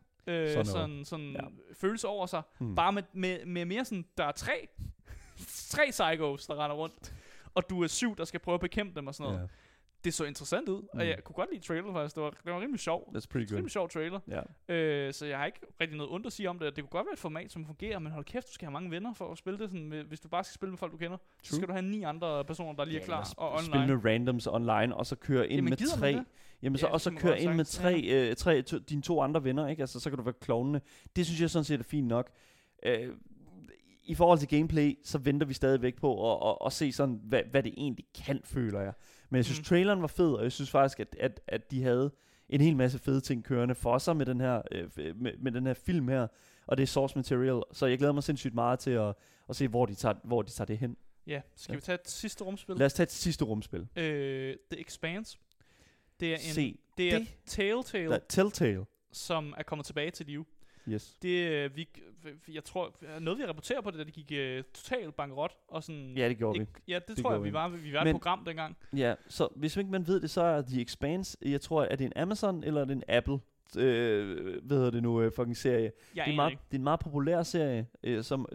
sådan følelse over sig. Bare med mere sådan, der er 3 psychos, der render rundt. Og du er 7, der skal prøve at bekæmpe dem og sådan noget. Det så interessant ud, og jeg kunne godt lide trailer faktisk. Det var rimelig sjov. That's pretty good. Rimelig sjov trailer. Yeah. Så jeg har ikke rigtig noget ondt at sige om det. Det kunne godt være et format, som fungerer, men hold kæft, du skal have mange venner for at spille det sådan. Hvis du bare skal spille med folk, du kender, så skal du have 9 andre personer, der lige er klar og online. Spille med randoms online, og så køre ind med 3. Jamen så, og så køre ind med dine 2 andre venner, ikke? Altså, så kan du være klovnene. Det synes jeg sådan set er fint nok. I forhold til gameplay, så venter vi stadigvæk på at se sådan, hvad det egentlig kan, føler jeg. Men jeg synes, traileren var fed, og jeg synes faktisk, at de havde en hel masse fede ting kørende for sig med den her, med den her film her, og det er source material, så jeg glæder mig sindssygt meget til at se, hvor de tager det hen. Ja, skal vi tage et sidste rumspil? Lad os tage et sidste rumspil. The Expanse. Det er Telltale, som er kommet tilbage til live. Yes. Jeg tror, noget vi rapporterer på det, da det gik totalt bankerot. Og sådan, ja, det gjorde vi. Ja, det tror jeg, vi var et program dengang. Ja, så hvis ikke man ved det, så er The Expanse, jeg tror, er det en Amazon eller er det en Apple, fucking serie. Det er en meget populær serie, som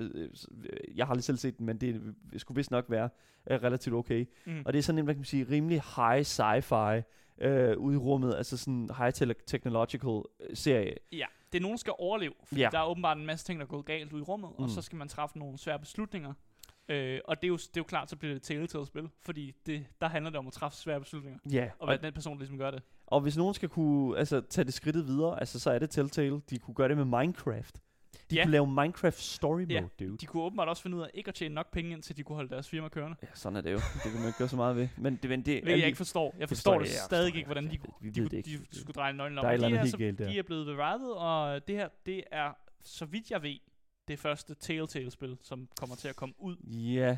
jeg har lige selv set den, men det skulle vist nok være relativt okay. Og det er sådan en, hvad kan man sige, rimelig high sci-fi ude i rummet, altså sådan high technological serie. Ja, det er nogen, der skal overleve, fordi der er åbenbart en masse ting, der er gået galt ude i rummet, og så skal man træffe nogle svære beslutninger. Og det er jo klart, så bliver det Telltale-spil, fordi der handler det om at træffe svære beslutninger. Ja. Og hvad den person ligesom gør det. Og hvis nogen skal kunne tage det skridtet videre, så er det Telltale. De kunne gøre det med Minecraft. De kunne lave Minecraft Story Mode, dude. De kunne åbenbart også finde ud af ikke at tjene nok penge ind, til de kunne holde deres firma kørende. Ja, sådan er det jo. Det kan man ikke gøre så meget ved. Men det jeg ikke forstår. Jeg forstår det stadig ikke, hvordan de skulle dreje nøglen om. De er blevet revivet, og det her, det er, så vidt jeg ved, det første Telltale-spil, som kommer til at komme ud. Ja.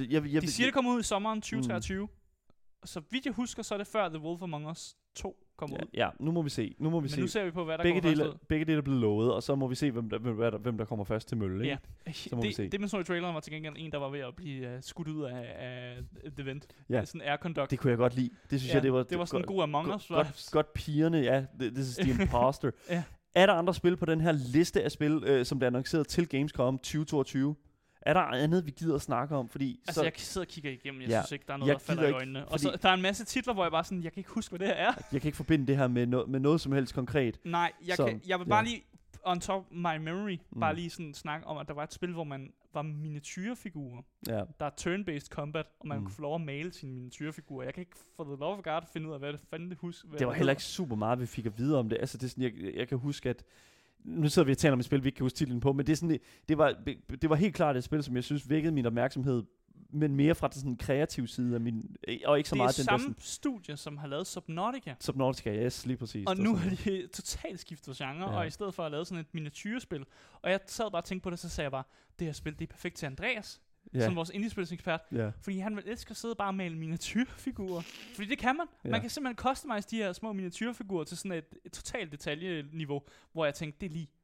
De siger, det kommer ud i sommeren 2023. Så vidt jeg husker, så er det før The Wolf Among Us 2 kommer ud. Ja, nu må vi se. Men nu ser vi på, hvad der kommer først ud. Begge dele er blevet lovet, og så må vi se, hvem der kommer først til mølle. Ikke? Ja. Så må vi se. Det man så i traileren var til gengæld en, der var ved at blive skudt ud af The Vent. Ja. Sådan air conduct. Det kunne jeg godt lide. Det synes jeg, det var sådan en god Among Us. Godt pigerne, ja. This is the imposter. Ja. Er der andre spil på den her liste af spil, som bliver annonceret til Gamescom 2022? Er der andet, vi gider at snakke om? Fordi altså, jeg sidder og kigger igennem. Jeg synes ikke, der er noget, der falder i øjnene. Og så der er en masse titler, hvor jeg bare sådan, jeg kan ikke huske, hvad det her er. Jeg kan ikke forbinde det her med noget som helst konkret. Nej, jeg vil bare lige, on top of my memory, bare lige sådan snakke om, at der var et spil, hvor man var miniatyrefigurer. Ja. Der er turn-based combat, og man kunne få lov at male sine miniatyrefigurer. Jeg kan ikke få the love of God at finde ud af, hvad det fanden det husker. Det var heller ikke super meget, vi fik at vide om det. Altså, det er sådan, jeg kan huske, at nu sidder vi og taler om et spil, vi ikke kan huske titlen på, men det er sådan, det var helt klart et spil, som jeg synes vækkede min opmærksomhed, men mere fra den sådan kreative side af min, og ikke så meget den der. Det er samme studie, som har lavet Subnautica. Subnautica, yes, lige præcis. Og nu har de totalt skiftet genre, og i stedet for at lave sådan et miniatyrespil, og jeg sad bare og tænkte på det, så sagde jeg bare, det her spil, det er perfekt til Andreas. Som vores indie-spilsekspert. Fordi han vil elske at sidde bare og male miniatyrfigurer. Fordi det kan man. Man kan simpelthen customize de her små miniatyrfigurer til sådan et totalt detaljeniveau, hvor jeg tænkte, det er lige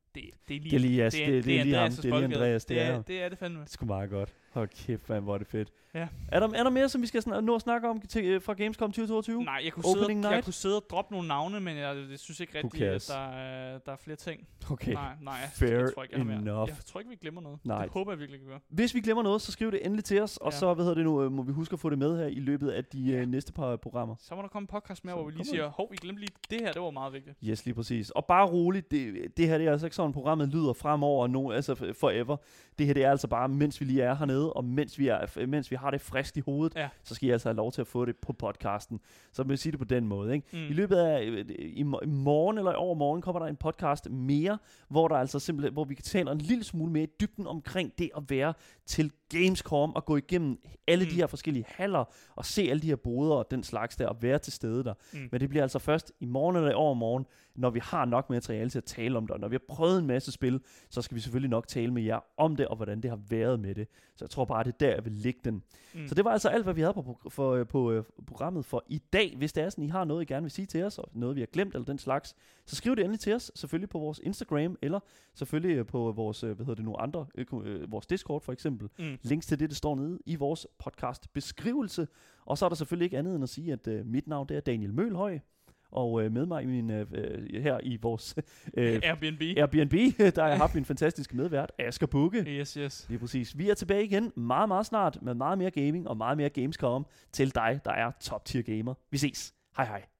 Andreas. Det er det fandme. Det er sgu meget godt. Hold kæft, man, hvor er det fedt. Ja. Er der mere, som vi skal nå at snakke om fra Gamescom 2022? Nej, jeg kunne sidde og droppe nogle navne, men jeg synes ikke rigtigt, at der er flere ting. Okay, nej, fair jeg tror ikke, enough. Jeg tror ikke, vi glemmer noget. Nej. Det håber jeg virkelig, vi gør. Hvis vi glemmer noget, så skriv det endelig til os, og så må vi huske at få det med her i løbet af de næste par programmer. Så må der komme en podcast mere, hvor vi lige siger, vi glemte lige det her, det var meget vigtigt. Yes, lige præcis. Og bare roligt, det her det er altså ikke sådan, programmet lyder fremover, altså forever. Det her det er altså bare, mens vi lige er hernede, og mens vi har det frisk i hovedet, så skal I altså have lov til at få det på podcasten. Så vil jeg sige det på den måde. Ikke? I løbet af i morgen eller overmorgen kommer der en podcast mere, hvor der altså simpelthen, hvor vi kan tale en lille smule mere i dybden omkring det at være til Gamescom og gå igennem alle de her forskellige haller og se alle de her boder og den slags der og være til stede der. Men det bliver altså først i morgen eller i overmorgen, når vi har nok materiale til at tale om det, og når vi har prøvet en masse spil, så skal vi selvfølgelig nok tale med jer om det, og hvordan det har været med det. Så jeg tror bare, det er der, jeg vil lægge den. Så det var altså alt, hvad vi havde på programmet for i dag. Hvis det er sådan, I har noget, I gerne vil sige til os, og noget, vi har glemt, eller den slags, så skriv det endelig til os, selvfølgelig på vores Instagram, eller selvfølgelig på vores, vores Discord for eksempel. Links til det står nede i vores podcast beskrivelse. Og så er der selvfølgelig ikke andet end at sige, at mit navn det er Daniel Mølhøj. Og med mig her i vores Airbnb, der har jeg haft min fantastiske medvært, Asger Bugge. Yes. Lige præcis. Vi er tilbage igen meget, meget snart med meget mere gaming og meget mere Gamescom til dig, der er top tier gamer. Vi ses. Hej hej.